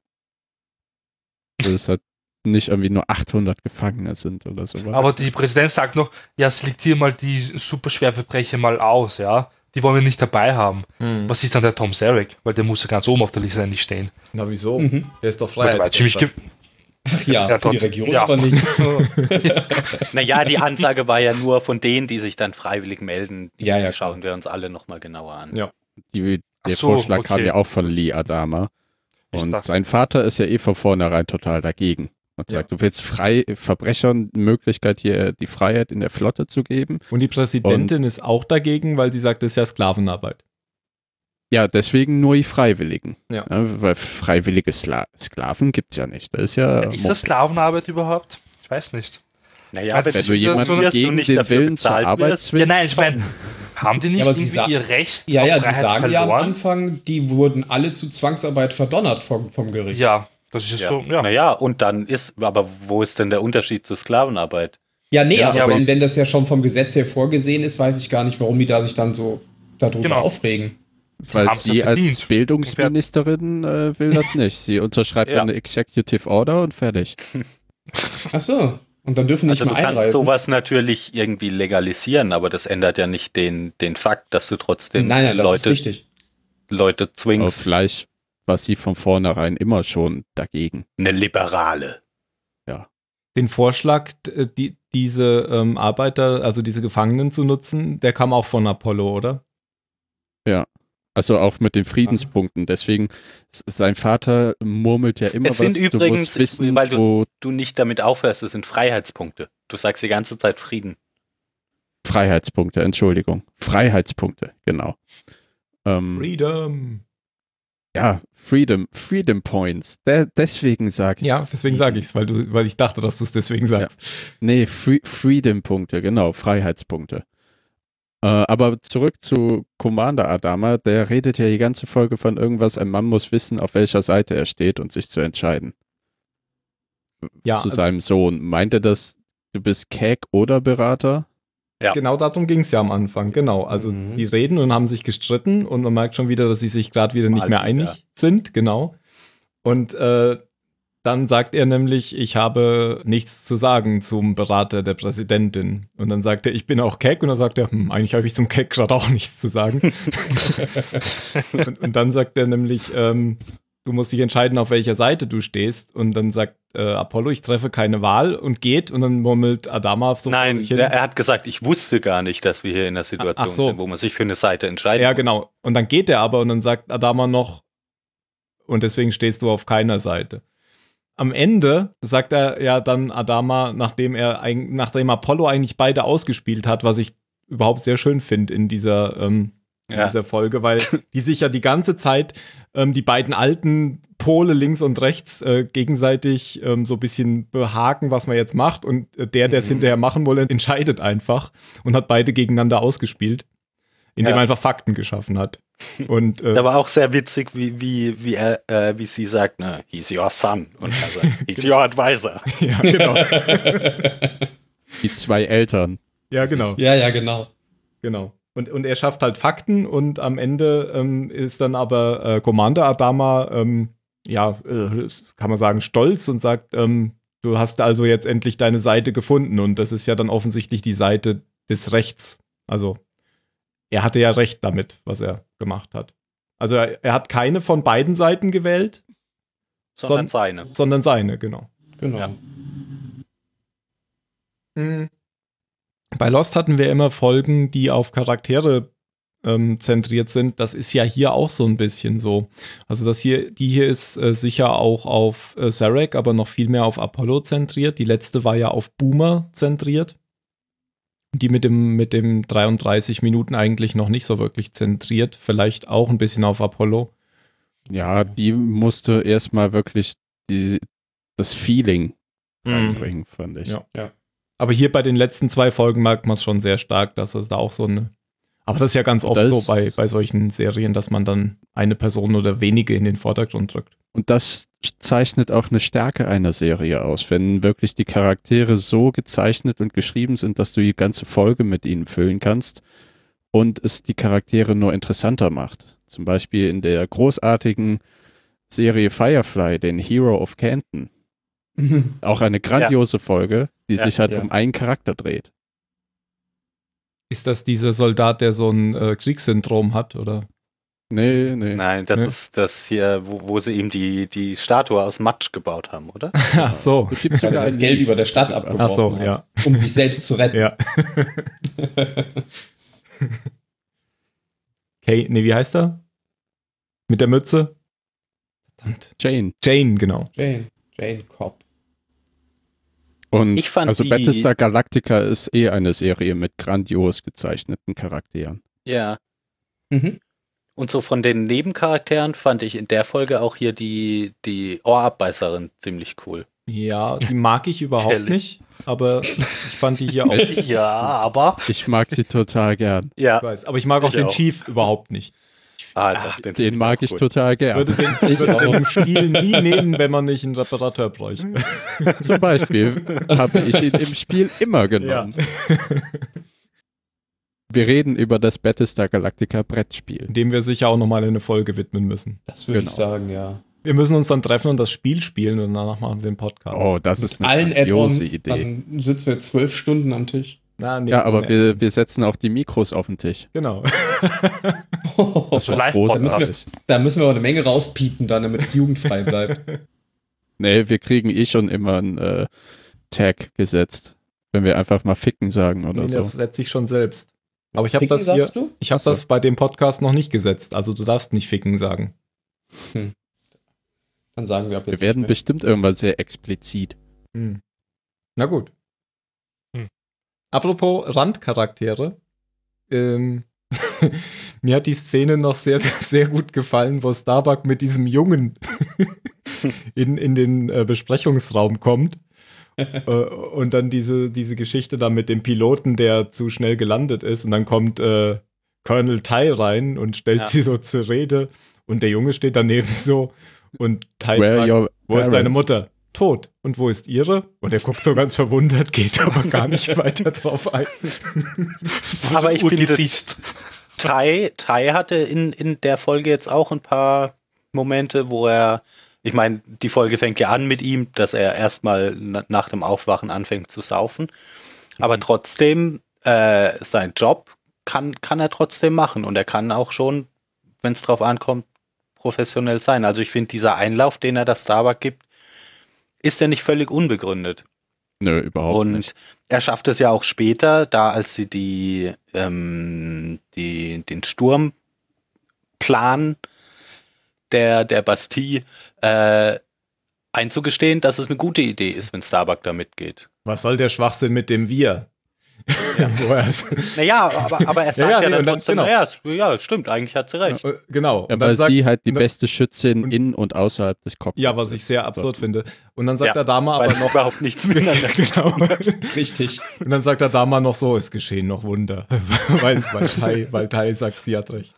Das ist halt nicht irgendwie nur 800 Gefangene sind oder so. Aber die Präsident sagt noch, ja, selektier mal die Superschwerverbrecher mal aus, ja. Die wollen wir nicht dabei haben. Was ist dann der Tom Zarek? Weil der muss ja ganz oben auf der Liste eigentlich stehen. Na, wieso? Mhm. Der ist doch Weil der war ziemlich Ach ja, Ja, für die trotzdem. Region Ja. aber nicht. Naja, die Ansage war ja nur von denen, die sich dann freiwillig melden. Die Ja, ja, schauen wir uns alle nochmal genauer an. Ja. Der Ach so, Vorschlag kam okay. ja auch von Lee Adama. Ich Und dachte- sein Vater ist ja eh von vornherein total dagegen. Und sagt, du willst Verbrechern die Möglichkeit, hier die Freiheit in der Flotte zu geben. Und die Präsidentin ist auch dagegen, weil sie sagt, das ist ja Sklavenarbeit. Ja, deswegen nur die Freiwilligen. Ja. Weil freiwillige Sklaven gibt's ja nicht. Das ist ja. Ist das Sklavenarbeit überhaupt? Ich weiß nicht. Naja, Ja, das wenn ist du wieder jemanden so eine- wirst du gegen nicht den dafür Willen zur bezahlt Arbeit wirst. zwingst? Ja, nein, ich meine, haben die nicht Ja, aber sie irgendwie ihr Recht Ja, ja, auf die Freiheit sagen ja am verloren? Anfang, die wurden alle zu Zwangsarbeit verdonnert vom Gericht. Ja, das ist Ja. so, ja. Naja, und dann aber wo ist denn der Unterschied zur Sklavenarbeit? Ja, nee, Ja, aber, aber- wenn das ja schon vom Gesetz her vorgesehen ist, weiß ich gar nicht, warum die da sich dann so darüber Genau. aufregen. Weil haben's sie ja als verdient. Bildungsministerin will das nicht. Sie unterschreibt Ja. eine Executive Order und fertig. Ach so. Und dann dürfen nicht Also du mehr kannst einreisen. sowas natürlich irgendwie legalisieren, aber das ändert ja nicht den Fakt, dass du trotzdem Nein, das ist richtig. Leute Aber zwingst. vielleicht war sie von vornherein immer schon dagegen. Eine Liberale. Den Vorschlag, diese Arbeiter, also diese Gefangenen zu nutzen, der kam auch von Apollo, oder? Also auch mit den Friedenspunkten. Deswegen, sein Vater murmelt ja immer Es sind was. Du übrigens, musst wissen, weil wo du nicht damit aufhörst, es sind Freiheitspunkte. Du sagst die ganze Zeit Frieden. Freiheitspunkte, Entschuldigung. Freiheitspunkte, genau. Freedom. Ja, Freedom Points. Deswegen sage ich. Ja, deswegen sage ich es, weil ich dachte, dass du es deswegen sagst. Nee, Freedom-Punkte, genau, Freiheitspunkte. Aber zurück zu Commander Adama, der redet ja die ganze Folge von irgendwas, ein Mann muss wissen, auf welcher Seite er steht und sich zu entscheiden. Ja, Zu seinem Sohn. Meint er das, du bist Keg oder Berater? Ja. genau darum ging es ja am Anfang, genau. Also Mhm. die reden und haben sich gestritten und man merkt schon wieder, dass sie sich gerade wieder nicht Mal mehr wieder. einig sind, genau. Und dann sagt er nämlich, ich habe nichts zu sagen zum Berater der Präsidentin. Und dann sagt er, ich bin auch Keck. Und dann sagt er, eigentlich habe ich zum Keck gerade auch nichts zu sagen. und dann sagt er nämlich, du musst dich entscheiden, auf welcher Seite du stehst. Und dann sagt Apollo, ich treffe keine Wahl und geht. Und dann murmelt Adama so vor Nein, sich hin. er hat gesagt, ich wusste gar nicht, dass wir hier in einer Situation Ach so. sind, wo man sich für eine Seite entscheidet. Ja, genau. Und dann geht er aber und dann sagt Adama noch, und deswegen stehst du auf keiner Seite. Am Ende sagt er ja dann Adama, nachdem Apollo eigentlich beide ausgespielt hat, was ich überhaupt sehr schön finde in dieser Folge, weil die sich ja die ganze Zeit die beiden alten Pole links und rechts gegenseitig so ein bisschen behaken, was man jetzt macht. Und der es hinterher machen wolle, entscheidet einfach und hat beide gegeneinander ausgespielt, indem er einfach Fakten geschaffen hat. Und Da war auch sehr witzig, wie sie sagt, ne, he's your son. Und er sagt, he's your advisor. ja, genau. Die zwei Eltern. Ja, genau. Ja, genau. Genau. Und er schafft halt Fakten und am Ende ist dann aber Commander Adama, kann man sagen, stolz und sagt, du hast also jetzt endlich deine Seite gefunden und das ist ja dann offensichtlich die Seite des Rechts. Also er hatte ja recht damit, was er gemacht hat. Also er hat keine von beiden Seiten gewählt, Sondern seine. sondern seine, genau. Genau. Ja. Bei Lost hatten wir immer Folgen, die auf Charaktere zentriert sind. Das ist ja hier auch so ein bisschen so. Also die hier ist sicher auch auf Sarek, aber noch viel mehr auf Apollo zentriert. Die letzte war ja auf Boomer zentriert. Die mit dem 33 Minuten eigentlich noch nicht so wirklich zentriert. Vielleicht auch ein bisschen auf Apollo. Ja, die musste erstmal wirklich das Feeling reinbringen, fand ich. Ja. Aber hier bei den letzten 2 Folgen merkt man es schon sehr stark, dass es da auch so eine. Aber das ist ja ganz oft so bei solchen Serien, dass man dann eine Person oder wenige in den Vordergrund drückt. Und das zeichnet auch eine Stärke einer Serie aus, wenn wirklich die Charaktere so gezeichnet und geschrieben sind, dass du die ganze Folge mit ihnen füllen kannst und es die Charaktere nur interessanter macht. Zum Beispiel in der großartigen Serie Firefly, den Hero of Canton. Auch eine grandiose Folge, die sich halt um einen Charakter dreht. Ist das dieser Soldat, der so ein Kriegssyndrom hat, oder? Nee. Nein, das ist das hier, wo sie ihm die Statue aus Matsch gebaut haben, oder? Ach so. Es gibt sogar das Geld über der Stadt abgeworfen. Ach so, ja. Um sich selbst zu retten. Ja. Okay, wie heißt er? Mit der Mütze? Verdammt. Jane, genau. Jane Cobb. Und ich fand also Battlestar Galactica ist eine Serie mit grandios gezeichneten Charakteren. Ja. Und so von den Nebencharakteren fand ich in der Folge auch hier die Ohrabbeißerin ziemlich cool. Ja, die mag ich überhaupt nicht, aber ich fand die hier auch. Ja, aber. Ich mag sie total gern. Ja. Ich weiß, aber ich mag auch den Chief überhaupt nicht. Den mag ich total gern. Ich würde den im Spiel nie nehmen, wenn man nicht einen Reparateur bräuchte. Zum Beispiel habe ich ihn im Spiel immer genommen. Ja. Wir reden über das Battlestar Galactica Brettspiel. Dem wir sicher auch nochmal eine Folge widmen müssen. Das würde ich sagen, ja. Wir müssen uns dann treffen und das Spiel spielen und danach machen wir den Podcast. Oh, das ist eine allen grandiose Idee. Dann sitzen wir 12 Stunden am Tisch. Ja, aber wir setzen auch die Mikros auf den Tisch. Genau. Das wird großartig. Da müssen wir aber eine Menge rauspiepen, damit es jugendfrei bleibt. Nee, wir kriegen schon immer einen Tag gesetzt, wenn wir einfach mal ficken sagen oder so. Das setze ich schon selbst. Aber ich habe das bei dem Podcast noch nicht gesetzt. Also du darfst nicht ficken sagen. Dann sagen wir ab jetzt. Wir werden bestimmt irgendwann sehr explizit. Na gut. Apropos Randcharaktere. Mir hat die Szene noch sehr, sehr gut gefallen, wo Starbuck mit diesem Jungen in den Besprechungsraum kommt. Und dann diese Geschichte da mit dem Piloten, der zu schnell gelandet ist. Und dann kommt Colonel Tai rein und stellt sie so zur Rede. Und der Junge steht daneben so. Und Tai fragt, wo ist deine Mutter? Tot. Und wo ist ihre? Und er guckt so ganz verwundert, geht aber gar nicht weiter drauf ein. Aber ich finde, Tai hatte in der Folge jetzt auch ein paar Momente, wo er, ich meine, die Folge fängt ja an mit ihm, dass er erstmal nach dem Aufwachen anfängt zu saufen. Aber trotzdem, sein Job kann er trotzdem machen. Und er kann auch schon, wenn es drauf ankommt, professionell sein. Also ich finde, dieser Einlauf, den er das Starbuck gibt, ist ja nicht völlig unbegründet. Nö, überhaupt nicht. Und er schafft es ja auch später, da als sie den Sturmplan der Bastille einzugestehen, dass es eine gute Idee ist, wenn Starbuck da mitgeht. Was soll der Schwachsinn mit dem Wir? Ja. Naja, aber er sagt dann trotzdem, ja, stimmt, eigentlich hat sie recht. Genau. Ja, weil sie halt die beste Schützin in und außerhalb des Cockpits. Ja, was ich sehr absurd finde. Und dann sagt der Dama aber noch überhaupt nichts miteinander. Genau. Richtig. Und dann sagt der Dama noch so, es geschehen noch Wunder. weil Tai sagt, sie hat recht.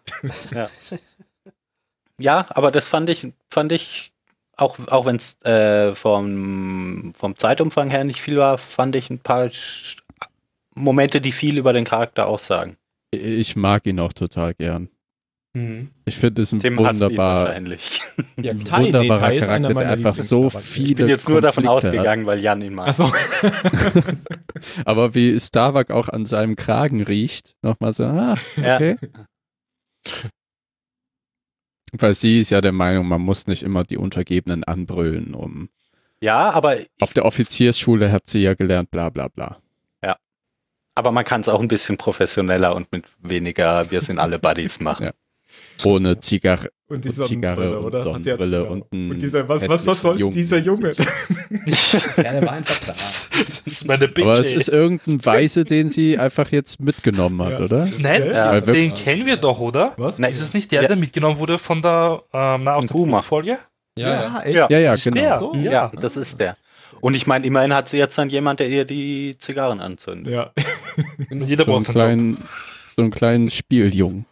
Ja, aber das fand ich auch wenn es vom Zeitumfang her nicht viel war, fand ich ein paar Momente, die viel über den Charakter aussagen. Ich mag ihn auch total gern. Ich finde es ein wunderbarer Charakter, der einfach so viele Ich bin jetzt nur davon ausgegangen, weil Jan ihn mag. Ach so. Aber wie Starbuck auch an seinem Kragen riecht, nochmal so, okay. Weil sie ist ja der Meinung, man muss nicht immer die Untergebenen anbrüllen, Ja, aber auf der Offiziersschule hat sie ja gelernt, bla bla bla. Aber man kann es auch ein bisschen professioneller und mit weniger wir sind alle Buddies machen. Ja. Ohne Zigarre Und die Zigarre und oder? Sonnenbrille und ein Und dieser, was soll Jungen. dieser Junge? Ja, der war einfach da. Das ist meine Big Aber J. es ist irgendein Weise, den sie einfach jetzt mitgenommen hat, Ja. oder? Nein, Ja, den kennen wir doch, oder? Was? Nein. Ist es nicht der, der mitgenommen wurde von der aus der Boomer. Folge? Echt? Ja. Ja, Ist genau. der? So? Ja, das ist der. Und ich meine, immerhin hat sie jetzt dann jemand, der ihr die Zigarren anzündet. Ja. Jeder So braucht seinen Job. einen kleinen Spieljungen.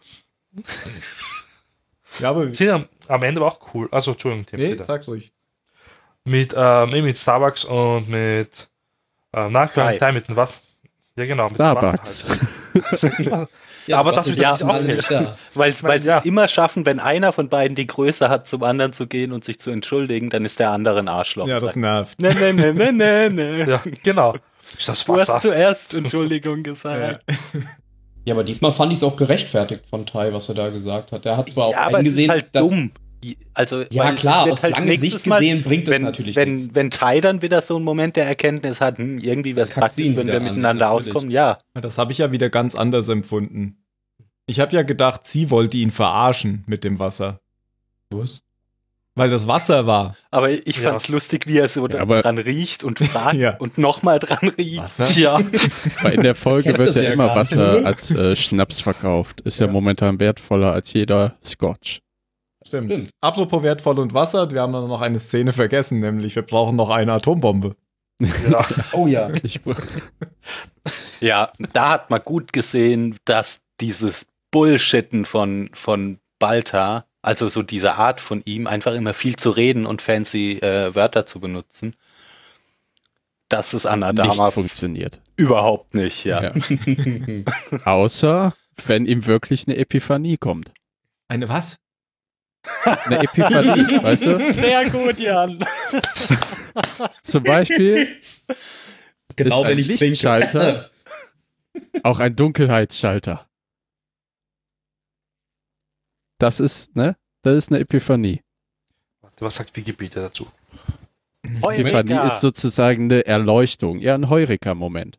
Ja, aber. Sind am Ende aber auch cool. Also, Entschuldigung, Tim, Nee, bitte. sag ruhig. Mit Starbucks und mit Klein mit dem was? Ja, genau. Mit dem Starbucks. Wasser halt. Ja, aber das ist wird sich auch alle nicht da. Weil sie Ja. es immer schaffen, wenn einer von beiden die Größe hat, zum anderen zu gehen und sich zu entschuldigen, dann ist der andere ein Arschloch. Ja, das nervt. Nee. Ja, genau. Ist das Du hast Wasser? zuerst Entschuldigung gesagt. Ja, aber diesmal fand ich es auch gerechtfertigt von Tai, was er da gesagt hat. Er hat zwar auch Ja, aber es ist eingesehen, halt dass, dumm. Also, Ja, weil klar, es wird auf lange nächstes Sicht gesehen bringt das natürlich nichts. wenn Tai dann wieder so einen Moment der Erkenntnis hat, irgendwie wäre es Kackt sie praktisch, ihn wenn wieder wir an, miteinander natürlich. auskommen, ja. Das habe ich ja wieder ganz anders empfunden. Ich habe ja gedacht, sie wollte ihn verarschen mit dem Wasser. Was? Weil das Wasser war. Aber ich Ja. fand's lustig, wie er so Ja, aber- dran riecht und fragt Ja. und nochmal dran riecht. Wasser? Ja. Weil in der Folge Kennt wird das ja ja immer gar nicht. Wasser als Schnaps verkauft. Ist ja Ja. momentan wertvoller als jeder Scotch. Stimmt. Apropos wertvoll und Wasser, wir haben noch eine Szene vergessen, nämlich wir brauchen noch eine Atombombe. Ja. Oh ja. Ja, da hat man gut gesehen, dass dieses Bullshitten von Balta, also so diese Art von ihm, einfach immer viel zu reden und fancy Wörter zu benutzen, dass es an Nicht Adama funktioniert. überhaupt nicht, ja. Ja. Außer, wenn ihm wirklich eine Epiphanie kommt. Eine was? Eine Epiphanie, weißt du? Sehr gut, Jan. Zum Beispiel Genau, ist ein wenn ich trinke. Lichtschalter auch ein Dunkelheitsschalter. Das ist, ne? Das ist eine Epiphanie. Was sagt Wikipedia dazu? Epiphanie ist sozusagen eine Erleuchtung, ja, ein Heureka-Moment.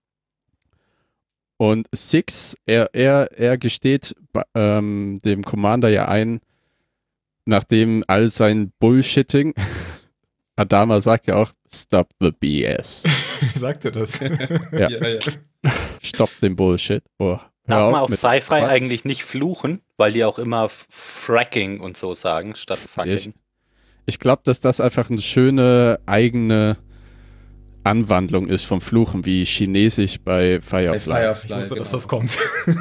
Und Six, er gesteht dem Commander ja ein, nachdem all sein Bullshitting, Adama sagt ja auch, stop the BS. Sagt er das? Ja. Ja. Stop den Bullshit. Oh, hör Darf man auf auf mit Sci-Fi Quatsch. eigentlich nicht fluchen, weil die auch immer Fracking und so sagen, statt fucking. Ich glaube, dass das einfach eine schöne eigene Anwandlung ist vom Fluchen, wie Chinesisch bei Firefly. Ich wusste, dass das kommt.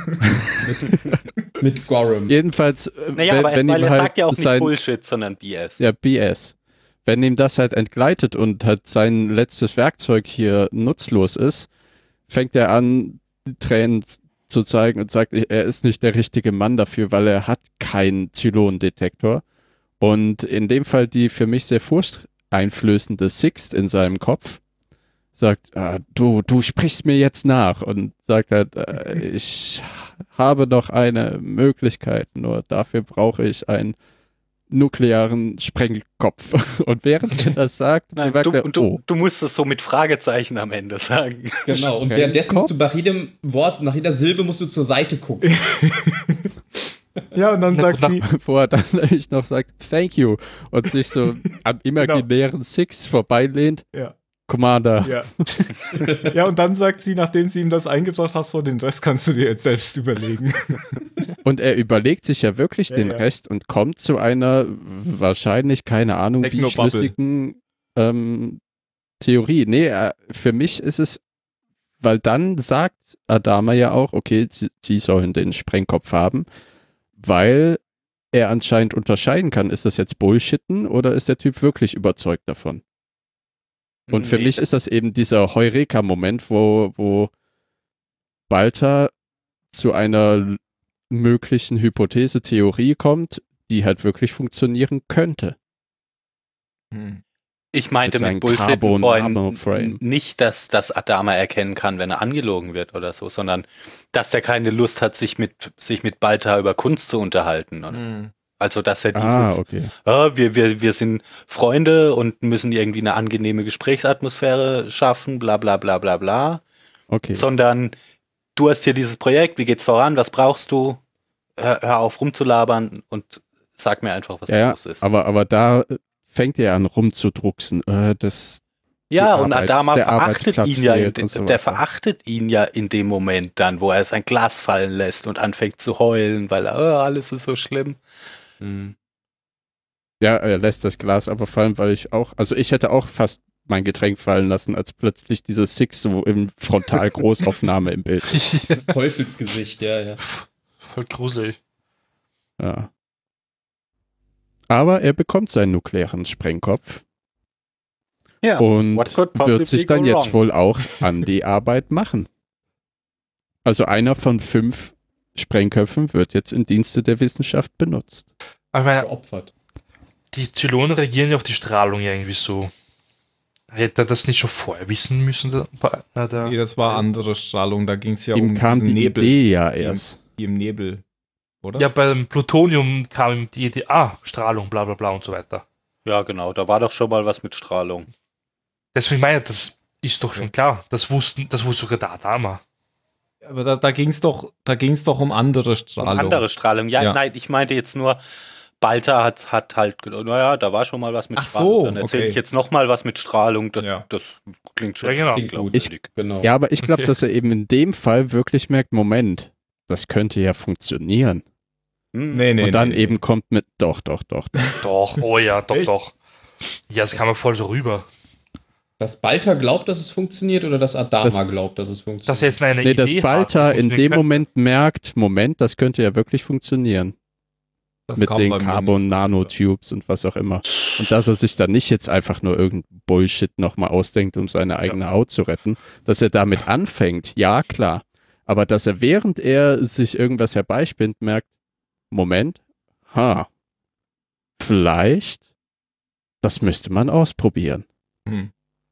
Mit Gorham. Jedenfalls, Naja, aber wenn weil ihm er halt sagt ja auch nicht sein, Bullshit, sondern BS. ja, BS. Wenn ihm das halt entgleitet und halt sein letztes Werkzeug hier nutzlos ist, fängt er an, Tränen zu zeigen und sagt, er ist nicht der richtige Mann dafür, weil er hat keinen Zylonendetektor. Und in dem Fall die für mich sehr furchteinflößende Sixt in seinem Kopf sagt, du sprichst mir jetzt nach und sagt halt, ich habe noch eine Möglichkeit, nur dafür brauche ich einen nuklearen Sprengkopf. Und während er das sagt, Nein, merkt er, du musst es so mit Fragezeichen am Ende sagen. Genau, und Okay. währenddessen musst du nach jedem Wort, nach jeder Silbe musst du zur Seite gucken. Ja, und dann sagt sie, bevor er dann eigentlich noch sagt, thank you, und sich so am imaginären Six vorbeilehnt, ja, Commander. ja. Ja, und dann sagt sie, nachdem sie ihm das eingebracht hat, so den Rest kannst du dir jetzt selbst überlegen. Und er überlegt sich ja wirklich Ja, den ja. Rest und kommt zu einer wahrscheinlich, keine Ahnung, wie Technobubble. schlüssigen Theorie. Nee, für mich ist es, weil dann sagt Adama ja auch, okay, sie sollen den Sprengkopf haben, weil er anscheinend unterscheiden kann, ist das jetzt Bullshitten oder ist der Typ wirklich überzeugt davon? Und für Nee, mich ist das eben dieser Heureka-Moment, wo Balta zu einer möglichen Hypothese, Theorie kommt, die halt wirklich funktionieren könnte. Ich meinte mit seinen mit Bullshit Carbon vorhin Armor Frame. nicht, dass Adama erkennen kann, wenn er angelogen wird oder so, sondern dass er keine Lust hat, sich mit Balta über Kunst zu unterhalten. Oder? Also, dass er dieses, Okay. wir sind Freunde und müssen irgendwie eine angenehme Gesprächsatmosphäre schaffen, bla bla bla bla bla, Okay. sondern du hast hier dieses Projekt, wie geht's voran, was brauchst du? Hör auf rumzulabern und sag mir einfach, was los ist. Aber da fängt er an rumzudrucksen. Ja, und Adama der verachtet ihn ja, fehlt und so der weiter. verachtet ihn ja in dem Moment dann, wo er sein Glas fallen lässt und anfängt zu heulen, weil alles ist so schlimm. Ja, er lässt das Glas aber fallen, weil ich hätte auch fast mein Getränk fallen lassen, als plötzlich diese Six so im Frontal-Großaufnahme im Bild ist. Das Teufelsgesicht, ja. Voll gruselig. Ja. Aber er bekommt seinen nuklearen Sprengkopf Ja, und what could possibly wird sich dann go jetzt wrong? wohl auch an die Arbeit machen. Also einer von 5 Sprengköpfen wird jetzt im Dienste der Wissenschaft benutzt. Aber ich meine, Geopfert. die Zylonen reagieren ja auf die Strahlung ja irgendwie so. Hätte er das nicht schon vorher wissen müssen? Nee, das war andere Strahlung, da ging es ja Ihm um kam diesen die Nebel, Idee ja erst. die im Nebel, oder? Ja, beim Plutonium kam ihm die Idee, Strahlung, bla bla bla und so weiter. Ja, genau, da war doch schon mal was mit Strahlung. Deswegen meine ich, das ist doch schon klar. Das wusste sogar der Adama. Aber da ging es doch um andere Um Strahlung. andere Strahlung. Ja, Ja. nein, ich meinte jetzt nur, Balta hat halt gedacht, naja, da war schon mal was mit Ach Strahlung. so, Dann erzähle okay. ich jetzt noch mal was mit Strahlung. Das klingt schon Ja, genau. Klingt gut. glaubwürdig. Genau. Ja, aber ich glaube, dass er eben in dem Fall wirklich merkt, Moment, das könnte ja funktionieren. Hm. Und dann eben kommt mit doch. Doch, oh ja, doch, Echt? doch. Ja, das kam mir voll so rüber. Dass Balta glaubt, dass es funktioniert oder dass Adama glaubt, dass es funktioniert? Dass er jetzt eine Nee, Idee dass Balta hat, in dem Moment merkt, Moment, das könnte ja wirklich funktionieren. Das Mit kam den bei mir Carbon nicht so Nanotubes und was auch immer. Und dass er sich dann nicht jetzt einfach nur irgendein Bullshit nochmal ausdenkt, um seine eigene Haut zu retten, dass er damit anfängt, ja klar. Aber dass er während er sich irgendwas herbeispinnt, merkt, Moment, vielleicht, das müsste man ausprobieren. Hm.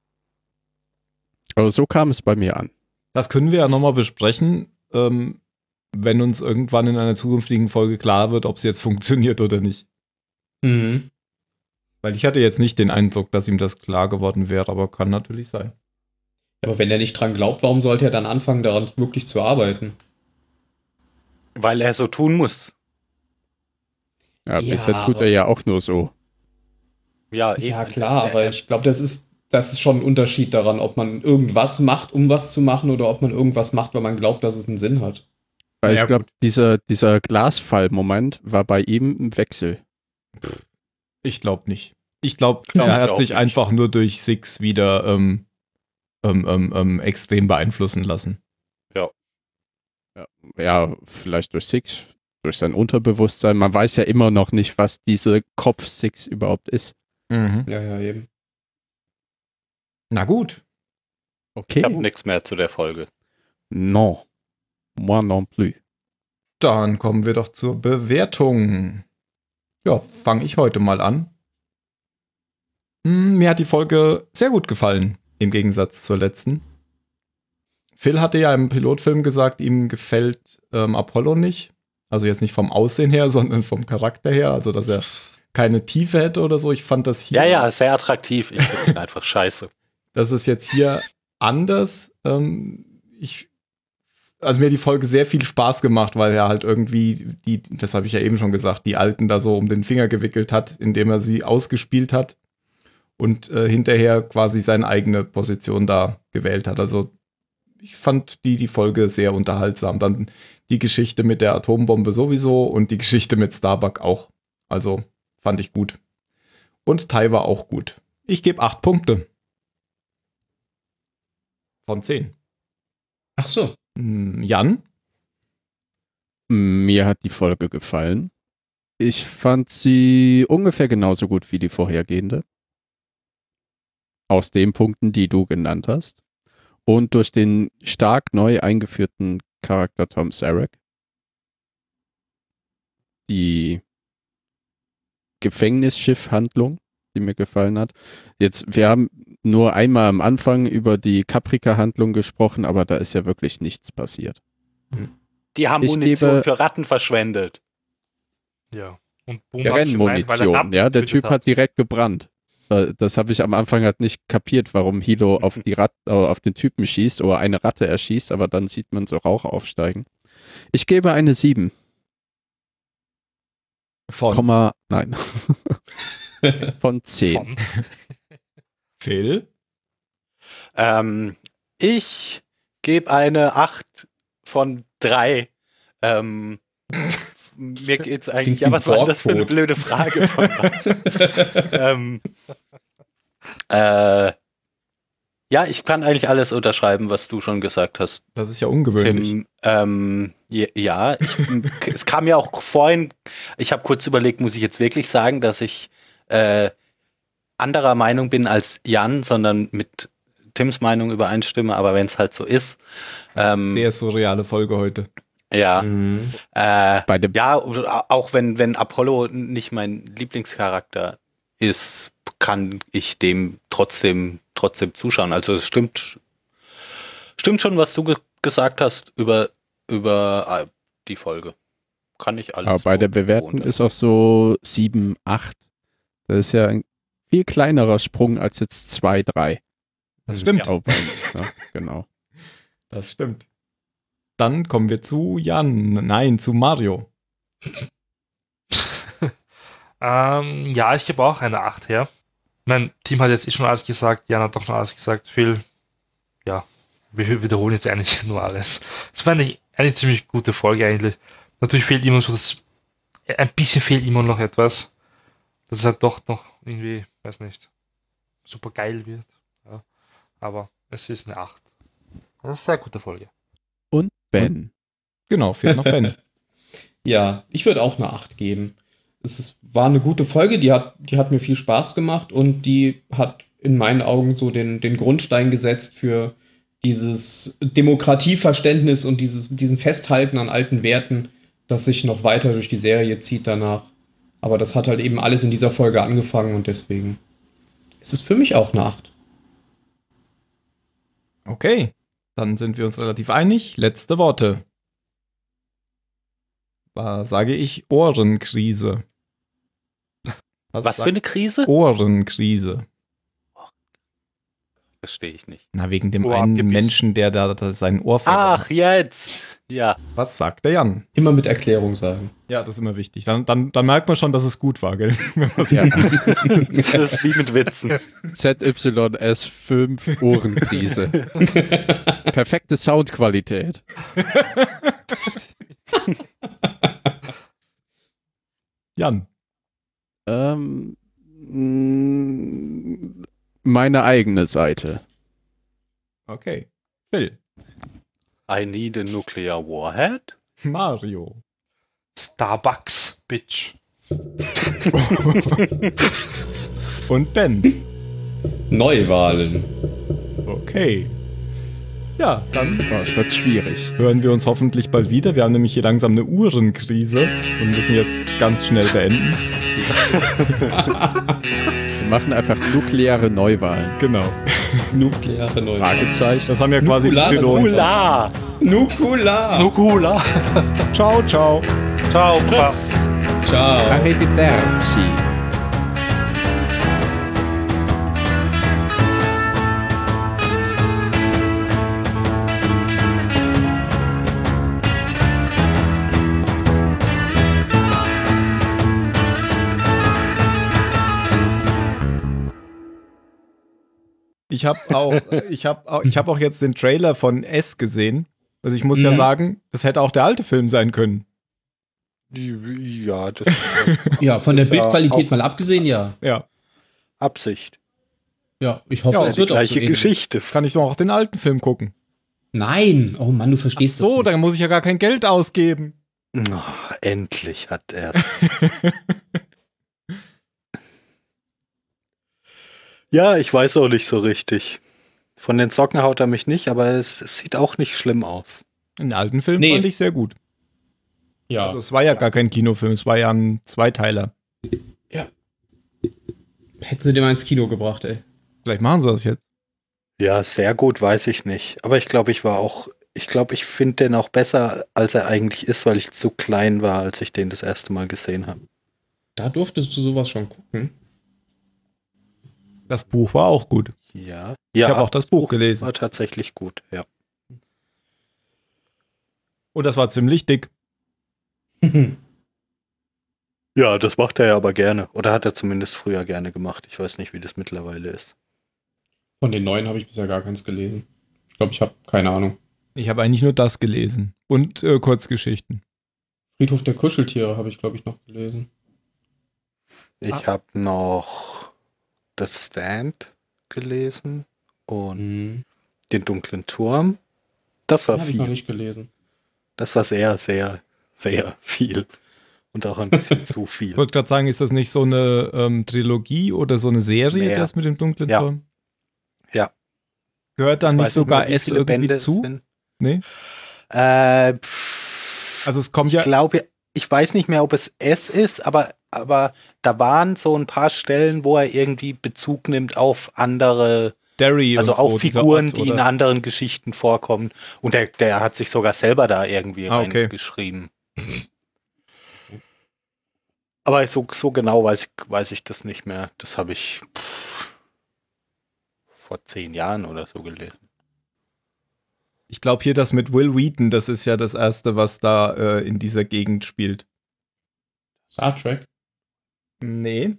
Aber so kam es bei mir an. Das können wir ja nochmal besprechen, wenn uns irgendwann in einer zukünftigen Folge klar wird, ob es jetzt funktioniert oder nicht. Mhm. Weil ich hatte jetzt nicht den Eindruck, dass ihm das klar geworden wäre, aber kann natürlich sein. Aber wenn er nicht dran glaubt, warum sollte er dann anfangen, daran wirklich zu arbeiten? Weil er so tun muss. Ja, Ja, bisher tut aber- er ja auch nur so. Ja, Ja, eben. klar, aber ich glaube, das ist schon ein Unterschied daran, ob man irgendwas macht, um was zu machen, oder ob man irgendwas macht, weil man glaubt, dass es einen Sinn hat. Weil Ja, ich glaube, dieser Glasfall-Moment war bei ihm ein Wechsel. Ich glaube nicht. Ich glaube, glaub er hat auch sich nicht. einfach nur durch Six wieder extrem beeinflussen lassen. Ja, vielleicht durch Six, durch sein Unterbewusstsein. Man weiß ja immer noch nicht, was diese Kopf-Six überhaupt ist. Ja, eben. Na gut. Ich habe Okay. nichts mehr zu der Folge. Non. Moi non plus. Dann kommen wir doch zur Bewertung. Ja, fange ich heute mal an. Mir hat die Folge sehr gut gefallen, im Gegensatz zur letzten. Phil hatte ja im Pilotfilm gesagt, ihm gefällt Apollo nicht. Also jetzt nicht vom Aussehen her, sondern vom Charakter her. Also, dass er keine Tiefe hätte oder so. Ich fand das hier. Ja, sehr attraktiv. Ich finde ihn einfach scheiße. Das ist jetzt hier anders. Also mir hat die Folge sehr viel Spaß gemacht, weil er halt irgendwie das habe ich ja eben schon gesagt, die Alten da so um den Finger gewickelt hat, indem er sie ausgespielt hat und hinterher quasi seine eigene Position da gewählt hat. Also ich fand die Folge sehr unterhaltsam. Dann die Geschichte mit der Atombombe sowieso und die Geschichte mit Starbuck auch. Also fand ich gut. Und Tai war auch gut. Ich gebe 8 Punkte. Von 10. Ach so. Jan? Mir hat die Folge gefallen. Ich fand sie ungefähr genauso gut wie die vorhergehende. Aus den Punkten, die du genannt hast. Und durch den stark neu eingeführten Charakter Tom Sarek. Die Gefängnisschiff-Handlung, die mir gefallen hat. Wir haben nur einmal am Anfang über die Caprica-Handlung gesprochen, aber da ist ja wirklich nichts passiert. Die haben Ich Munition gebe- für Ratten verschwendet. Ja. Und Boom hat gemeint, weil er Brennmunition, Ratten ja, der getötet Typ hat direkt gebrannt. das habe ich am Anfang halt nicht kapiert, warum Hilo auf den Typen schießt oder eine Ratte erschießt, aber dann sieht man so Rauch aufsteigen. Ich gebe eine 7. Nein. Von 10. Phil? Ich gebe eine 8 von 3. Mir geht's eigentlich. Ja, was war das für eine blöde Frage? Ja, ich kann eigentlich alles unterschreiben, was du schon gesagt hast. Das ist ja ungewöhnlich. Tim, es kam ja auch vorhin, ich habe kurz überlegt, muss ich jetzt wirklich sagen, dass ich anderer Meinung bin als Jan, sondern mit Tims Meinung übereinstimme, aber wenn es halt so ist. Sehr surreale Folge heute. Ja. Auch wenn Apollo nicht mein Lieblingscharakter ist, kann ich dem trotzdem zuschauen. Also es stimmt schon, was du gesagt hast über die Folge. Kann ich alles. Aber bei der Bewertung ist auch so 7, 8. Das ist ja ein viel kleinerer Sprung als jetzt 2, 3. Das stimmt. Ja, genau. Das stimmt. Dann kommen wir zu zu Mario. Ja, ich gebe auch eine 8 her. Mein Team hat jetzt schon alles gesagt, Jan hat doch schon alles gesagt. Phil, ja, wir wiederholen jetzt eigentlich nur alles. Es war eine ziemlich gute Folge eigentlich. Natürlich fehlt immer so ein bisschen fehlt immer noch etwas, dass es halt doch noch irgendwie, weiß nicht, super geil wird. Ja. Aber es ist eine 8. Das ist eine sehr gute Folge. Und Ben. Genau, fehlt noch Ben. Ja, ich würde auch eine 8 geben. War eine gute Folge, die hat mir viel Spaß gemacht und die hat in meinen Augen so den Grundstein gesetzt für dieses Demokratieverständnis und diesen Festhalten an alten Werten, das sich noch weiter durch die Serie zieht danach. Aber das hat halt eben alles in dieser Folge angefangen und deswegen ist es für mich auch eine 8. Okay, dann sind wir uns relativ einig. Letzte Worte. Da sage ich Ohrenkrise. Was für eine Krise? Ohrenkrise. Verstehe ich nicht. Na, wegen dem einen Menschen, der da sein Ohr verloren hat. Ach, jetzt. Ja. Was sagt der Jan? Immer mit Erklärung sagen. Ja, das ist immer wichtig. Dann merkt man schon, dass es gut war, gell? Ja. Das ist wie mit Witzen. ZYS5 Ohrenkrise. Perfekte Soundqualität. Jan. Meine eigene Seite. Okay. Phil. I need a nuclear warhead. Mario. Starbucks, Bitch. Und Ben. Neuwahlen. Okay. Ja, dann Es wird schwierig. hören wir uns hoffentlich bald wieder. Wir haben nämlich hier langsam eine Uhrenkrise und müssen jetzt ganz schnell beenden. Wir machen einfach nukleare Neuwahlen. Genau. Nukleare Neuwahlen. Fragezeichen. Das haben ja quasi die Nukulare Zylonen. Nukular. Nukula. Ciao, ciao. Ciao, Tschüss. Ciao. Arrivederci. Ich habe auch jetzt den Trailer von S gesehen. Also ich muss ja sagen, das hätte auch der alte Film sein können. Ja, das Ja, von der ist ja Bildqualität auch mal abgesehen, ja. Ja, Absicht. Ja, ich hoffe, Ja, es Die wird auch so gleiche ähnlich. Geschichte. kann ich doch auch den alten Film gucken. Nein, oh Mann, du verstehst das So, nicht. dann muss ich ja gar kein Geld ausgeben. Oh, endlich hat er. Ja, ich weiß auch nicht so richtig. Von den Socken haut er mich nicht, aber es sieht auch nicht schlimm aus. Den alten Film Nee. fand ich sehr gut. Ja, Also es war ja gar kein Kinofilm, es war ja ein Zweiteiler. hätten sie den mal ins Kino gebracht, ey. Vielleicht machen sie das jetzt. Ja, sehr gut, weiß ich nicht. Aber ich glaube, ich finde den auch besser, als er eigentlich ist, weil ich zu klein war, als ich den das erste Mal gesehen habe. Da durftest du sowas schon gucken. Das Buch war auch gut. Ja. Ich habe auch das Buch gelesen. War tatsächlich gut, ja. Und das war ziemlich dick. Ja, das macht er ja aber gerne. Oder hat er zumindest früher gerne gemacht. Ich weiß nicht, wie das mittlerweile ist. Von den neuen habe ich bisher gar keins gelesen. Ich glaube, ich habe keine Ahnung. Ich habe eigentlich nur das gelesen. Und Kurzgeschichten. Friedhof der Kuscheltiere habe ich, glaube ich, noch gelesen. Ich habe noch The Stand gelesen und den dunklen Turm. Das war Den habe ich noch viel. nicht gelesen. Das war sehr, sehr, sehr viel. Und auch ein bisschen zu viel. Ich wollte gerade sagen, ist das nicht so eine Trilogie oder so eine Serie, Mehr. das mit dem dunklen Ja. Turm? Ja. Gehört dann Ich nicht weiß sogar mehr, wie S viele irgendwie Bände es zu? sind. Nee? Also es kommt Ich ja. glaube, ich weiß nicht mehr, ob es S ist, aber da waren so ein paar Stellen, wo er irgendwie Bezug nimmt auf andere, Derry also und so, auf dieser Figuren, Ort, die in oder? anderen Geschichten vorkommen. Und der hat sich sogar selber da irgendwie Okay. reingeschrieben. Aber so genau weiß ich das nicht mehr. Das habe ich vor 10 Jahren oder so gelesen. Ich glaube hier das mit Will Wheaton, das ist ja das erste, was da in dieser Gegend spielt. Star Trek? Nee.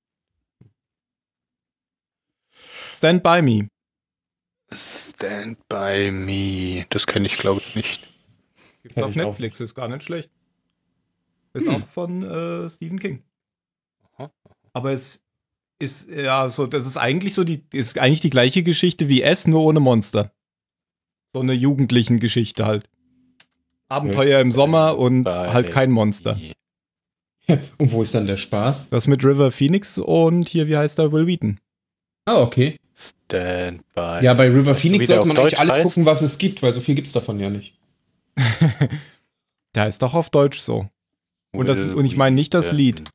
Stand By Me. Stand By Me. Das kenne ich, glaube ich, nicht. Gibt's Kenn auf ich auch. Netflix, ist gar nicht schlecht. Ist auch von Stephen King. Aha. Aber es ist, ja, so, das ist eigentlich so ist eigentlich die gleiche Geschichte wie S, nur ohne Monster. So eine jugendlichen Geschichte halt. Abenteuer im Sommer und halt kein Monster. Und wo ist dann der Spaß? Das mit River Phoenix und hier, wie heißt der, Will Wheaton. Ah, okay. Stand By Ja, bei River Weißt du, Phoenix wie der sollte auf man eigentlich Deutsch alles heißt? gucken, was es gibt, weil so viel gibt es davon ja nicht. Der ist doch auf Deutsch so. Und ich meine nicht das Lied.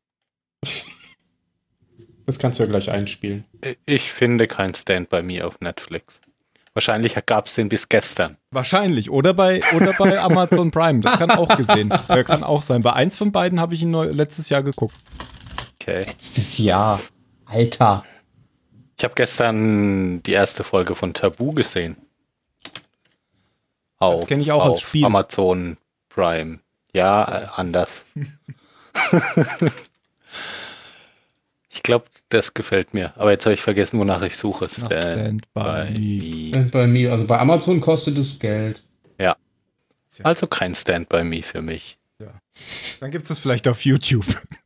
Das kannst du ja gleich einspielen. Ich finde kein Stand By Me auf Netflix. Wahrscheinlich gab es den bis gestern. Wahrscheinlich. Oder bei Amazon Prime. Das kann auch kann auch sein. Bei eins von beiden habe ich ihn letztes Jahr geguckt. Okay. Letztes Jahr. Alter. Ich habe gestern die erste Folge von Tabu gesehen. Das kenne ich auch als auf Spiel. Amazon Prime. Ja, anders. Ich glaube, das gefällt mir. Aber jetzt habe ich vergessen, wonach ich suche. Stand By Me. Und bei mir, also bei Amazon kostet es Geld. Also kein Stand By Me für mich. Dann gibt es das vielleicht auf YouTube.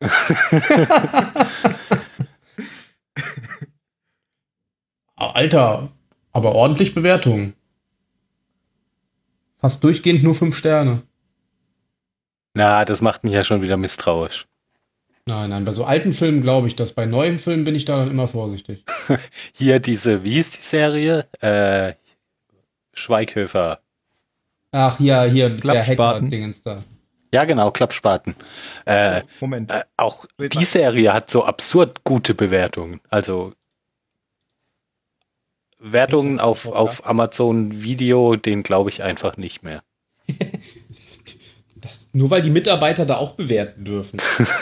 Alter, aber ordentlich Bewertungen. Fast durchgehend nur 5 Sterne. Na, das macht mich ja schon wieder misstrauisch. Nein, bei so alten Filmen glaube ich das. Bei neuen Filmen bin ich da dann immer vorsichtig. Hier wie ist die Serie? Schweighöfer. Ach, hier, der Klappspaten. Hacker-Dingens da. Ja, genau, Klappspaten. Moment. Auch Red die mal. Serie hat so absurd gute Bewertungen. Also Wertungen auf Amazon Video, den glaube ich einfach nicht mehr. Nur weil die Mitarbeiter da auch bewerten dürfen.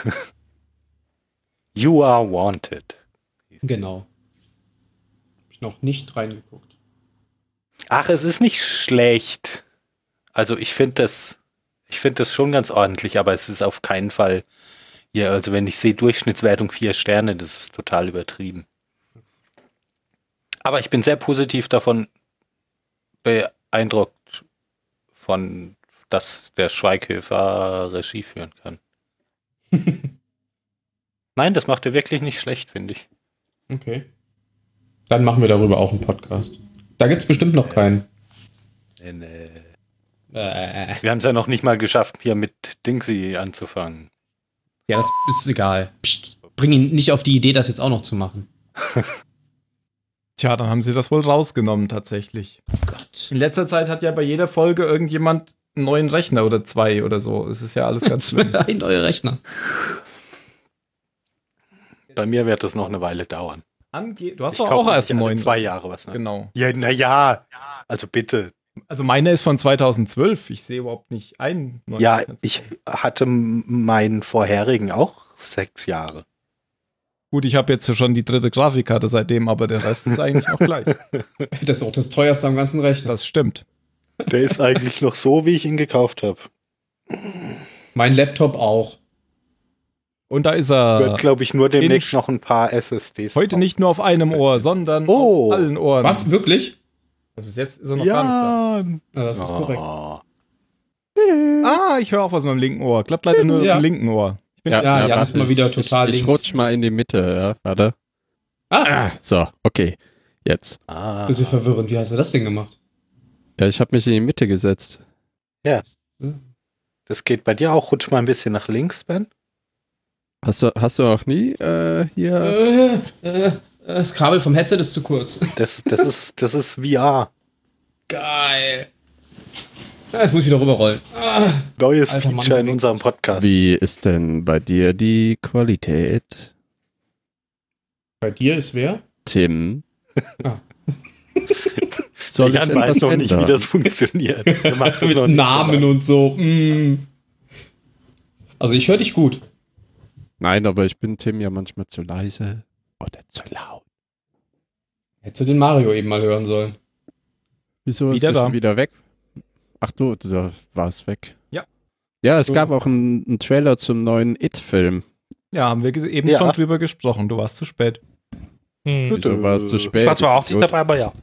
You are wanted. Genau. Hab ich noch nicht reingeguckt. Ach, es ist nicht schlecht. Also ich finde das schon ganz ordentlich, aber es ist auf keinen Fall, ja, also wenn ich sehe Durchschnittswertung 4 Sterne, das ist total übertrieben. Aber ich bin sehr positiv davon beeindruckt von, dass der Schweighöfer Regie führen kann. Nein, das macht er wirklich nicht schlecht, finde ich. Okay. Dann machen wir darüber auch einen Podcast. Da gibt es bestimmt noch keinen. Wir haben es ja noch nicht mal geschafft, hier mit Dingsy anzufangen. Ja, das ist egal. Psst, bring ihn nicht auf die Idee, das jetzt auch noch zu machen. Tja, dann haben sie das wohl rausgenommen tatsächlich. Oh Gott. In letzter Zeit hat ja bei jeder Folge irgendjemand einen neuen Rechner oder 2 oder so. Es ist ja alles ganz schlimm. Ein neuer Rechner. Bei mir wird das noch eine Weile dauern. Du hast Ich doch kaufe auch erst nicht einen alle neuen. 2 Jahre was. Ne? Genau. Ja, naja, also bitte. Also meine ist von 2012. Ich sehe überhaupt nicht einen neuen Ja, Rechner. ich hatte meinen vorherigen auch 6 Jahre. Gut, ich habe jetzt schon die 3. Grafikkarte seitdem, aber der Rest ist eigentlich auch gleich. Das ist auch das teuerste am ganzen Rechner. Das stimmt. Der ist eigentlich noch so, wie ich ihn gekauft habe. Mein Laptop auch. Und da ist er. Wird, glaube ich, nur demnächst noch ein paar SSDs. Heute nicht nur auf einem Ohr, sondern auf allen Ohren. Was, wirklich? Also bis jetzt ist er noch gar nicht Ja, das ist korrekt. da. Ah, ich höre auch was mit dem linken Ohr. Klappt leider nur Ja. mit dem linken Ohr. Ja, Jan ist mal wieder total ich links. rutsch mal in die Mitte, ja, warte. So, okay, jetzt. Bisschen verwirrend. Wie hast du das denn gemacht? Ja, ich habe mich in die Mitte gesetzt. Ja. Das geht bei dir auch. Rutsch mal ein bisschen nach links, Ben. Hast du auch nie hier... Das Kabel vom Headset ist zu kurz. Das ist VR. Geil. Ja, jetzt muss ich wieder rüberrollen. Neues Alter Mann, Feature in unserem Podcast. Wie ist denn bei dir die Qualität, Bei dir ist wer? Tim? Ah. Soll ich Jan weiß etwas noch nicht, ändern? wie das funktioniert. Der macht das noch Mit nicht Namen und so. Also ich höre dich gut. Nein, aber ich bin Tim ja manchmal zu leise oder zu laut. Hättest du den Mario eben mal hören sollen. Wieso ist Wieder der da. schon wieder weg? Ach du, da war es weg. Ja. Ja, es gab auch einen Trailer zum neuen It-Film. Ja, haben wir eben Ja. schon drüber gesprochen. Du warst zu spät. Wieso war es zu spät? Ich war zwar auch nicht Idiot. dabei, aber ja.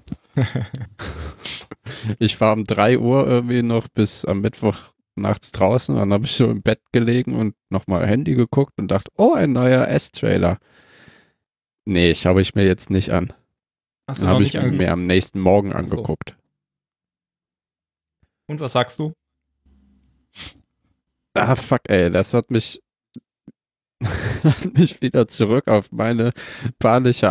Ich war um 3 Uhr irgendwie noch bis am Mittwoch nachts draußen. Dann habe ich so im Bett gelegen und nochmal Handy geguckt und dachte, oh, ein neuer S-Trailer. Nee, schaue ich mir jetzt nicht an. Hast Dann habe ich mir am nächsten Morgen angeguckt. Und was sagst du? Ah, fuck, ey, das hat mich wieder zurück auf meine panische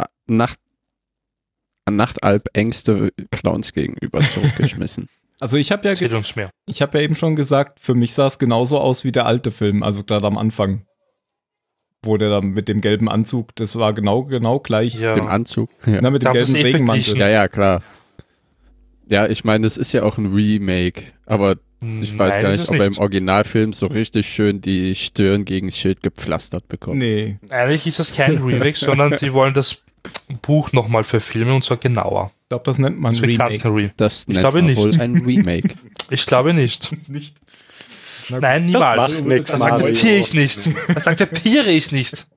Nachtalbängste Clowns gegenüber zurückgeschmissen. Also ich habe Erzähl uns mehr. ja eben schon gesagt, für mich sah es genauso aus wie der alte Film, also gerade am Anfang. Wo der da mit dem gelben Anzug, das war genau gleich. Ja. Dem Anzug. Ja. Na, mit dem Darf es gelben Regenmantel. verglichen? Ja, klar. Ja, ich meine, es ist ja auch ein Remake, aber ich weiß gar nicht, ob er im Originalfilm so richtig schön die Stirn gegen das Schild gepflastert bekommt. Nee. Eigentlich ist das kein Remake, sondern die wollen das Buch nochmal verfilmen und zwar genauer. Ich glaube, das nennt man Das wird Remake. kein Remake. Das Ich nennt glaube man nicht. wohl ein Remake. Ich glaube nicht. Nicht. Nein, niemals. macht nichts, Das Mario. akzeptiere ich nicht. Das akzeptiere ich nicht.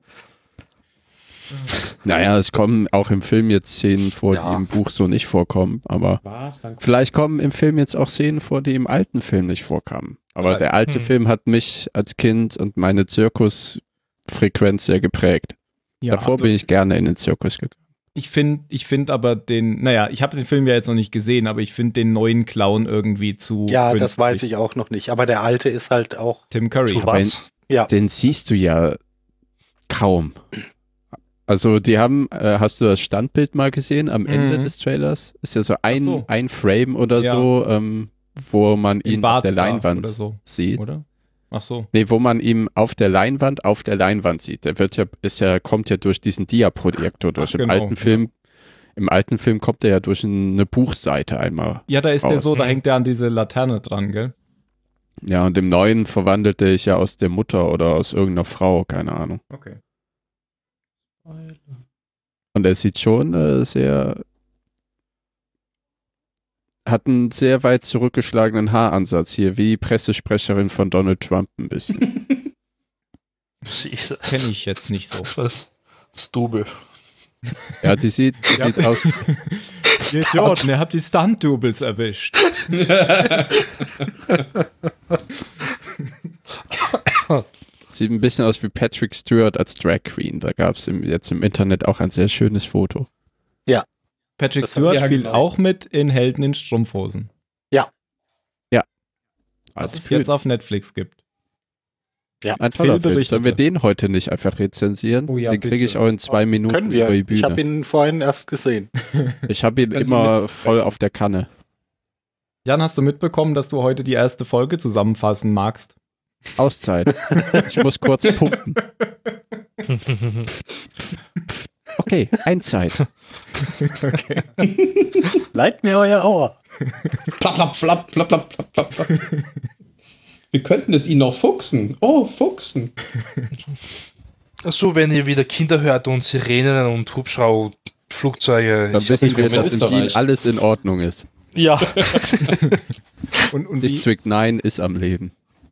Naja, es kommen auch im Film jetzt Szenen vor, die im Buch so nicht vorkommen, aber Was? Danke. vielleicht kommen im Film jetzt auch Szenen vor, die im alten Film nicht vorkamen. Aber der alte Film hat mich als Kind und meine Zirkusfrequenz sehr geprägt. Ja, Davor bin ich gerne in den Zirkus gegangen. Ich finde aber ich habe den Film ja jetzt noch nicht gesehen, aber ich finde den neuen Clown irgendwie zu Ja, das künstlich. weiß ich auch noch nicht. Aber der alte ist halt auch. Tim Curry. Zu was? Ja. Den siehst du ja kaum. Also die haben, hast du das Standbild mal gesehen am Ende des Trailers? Ist ja so ein Frame oder Ja. so, wo man Im ihn Bad auf der da Leinwand oder so, sieht. oder? Ach so. Nee, wo man ihn auf der Leinwand sieht. Der kommt ja durch diesen Dia-Projektor durch. Ach, genau, Im alten Film kommt er ja durch eine Buchseite einmal. Ja, da ist der Raus. so, da hängt der an diese Laterne dran, gell? Ja, und im neuen verwandelte ich ja aus der Mutter oder aus irgendeiner Frau, keine Ahnung. Okay. Und er sieht schon hat einen sehr weit zurückgeschlagenen Haaransatz hier, wie Pressesprecherin von Donald Trump ein bisschen. Kenne ich jetzt nicht so. Das ist Double. Ja, die sieht aus. Ihr Idioten, ihr habt die Stunt-Doubles erwischt. Sieht ein bisschen aus wie Patrick Stewart als Drag Queen. Da gab es jetzt im Internet auch ein sehr schönes Foto. Patrick Das Stewart hab ich ja spielt genau. auch mit in Helden in Strumpfhosen. Was es jetzt auf Netflix gibt. Ein toller Film. Fehlberichtete. Sollen wir den heute nicht einfach rezensieren? Oh ja, den kriege ich bitte. auch in 2 Minuten Können wir. über die Ich Bühne. habe ihn vorhin erst gesehen. Ich habe ihn Könnt ihr immer mit- voll auf der Kanne. Jan, hast du mitbekommen, dass du heute die erste Folge zusammenfassen magst? Auszeit. Ich muss kurz pumpen. Okay, Einzeit. Okay. Leiht mir euer Ohr. Plapp, plapp, plapp, plapp, plapp, plapp, plapp, plapp. Wir könnten es ihnen auch fuchsen. Oh, fuchsen. So, wenn ihr wieder Kinder hört und Sirenen und Hubschrauber, Flugzeuge. Dann wissen wir, dass in Wien alles in Ordnung ist. Ja. Und District 9 ist am Leben.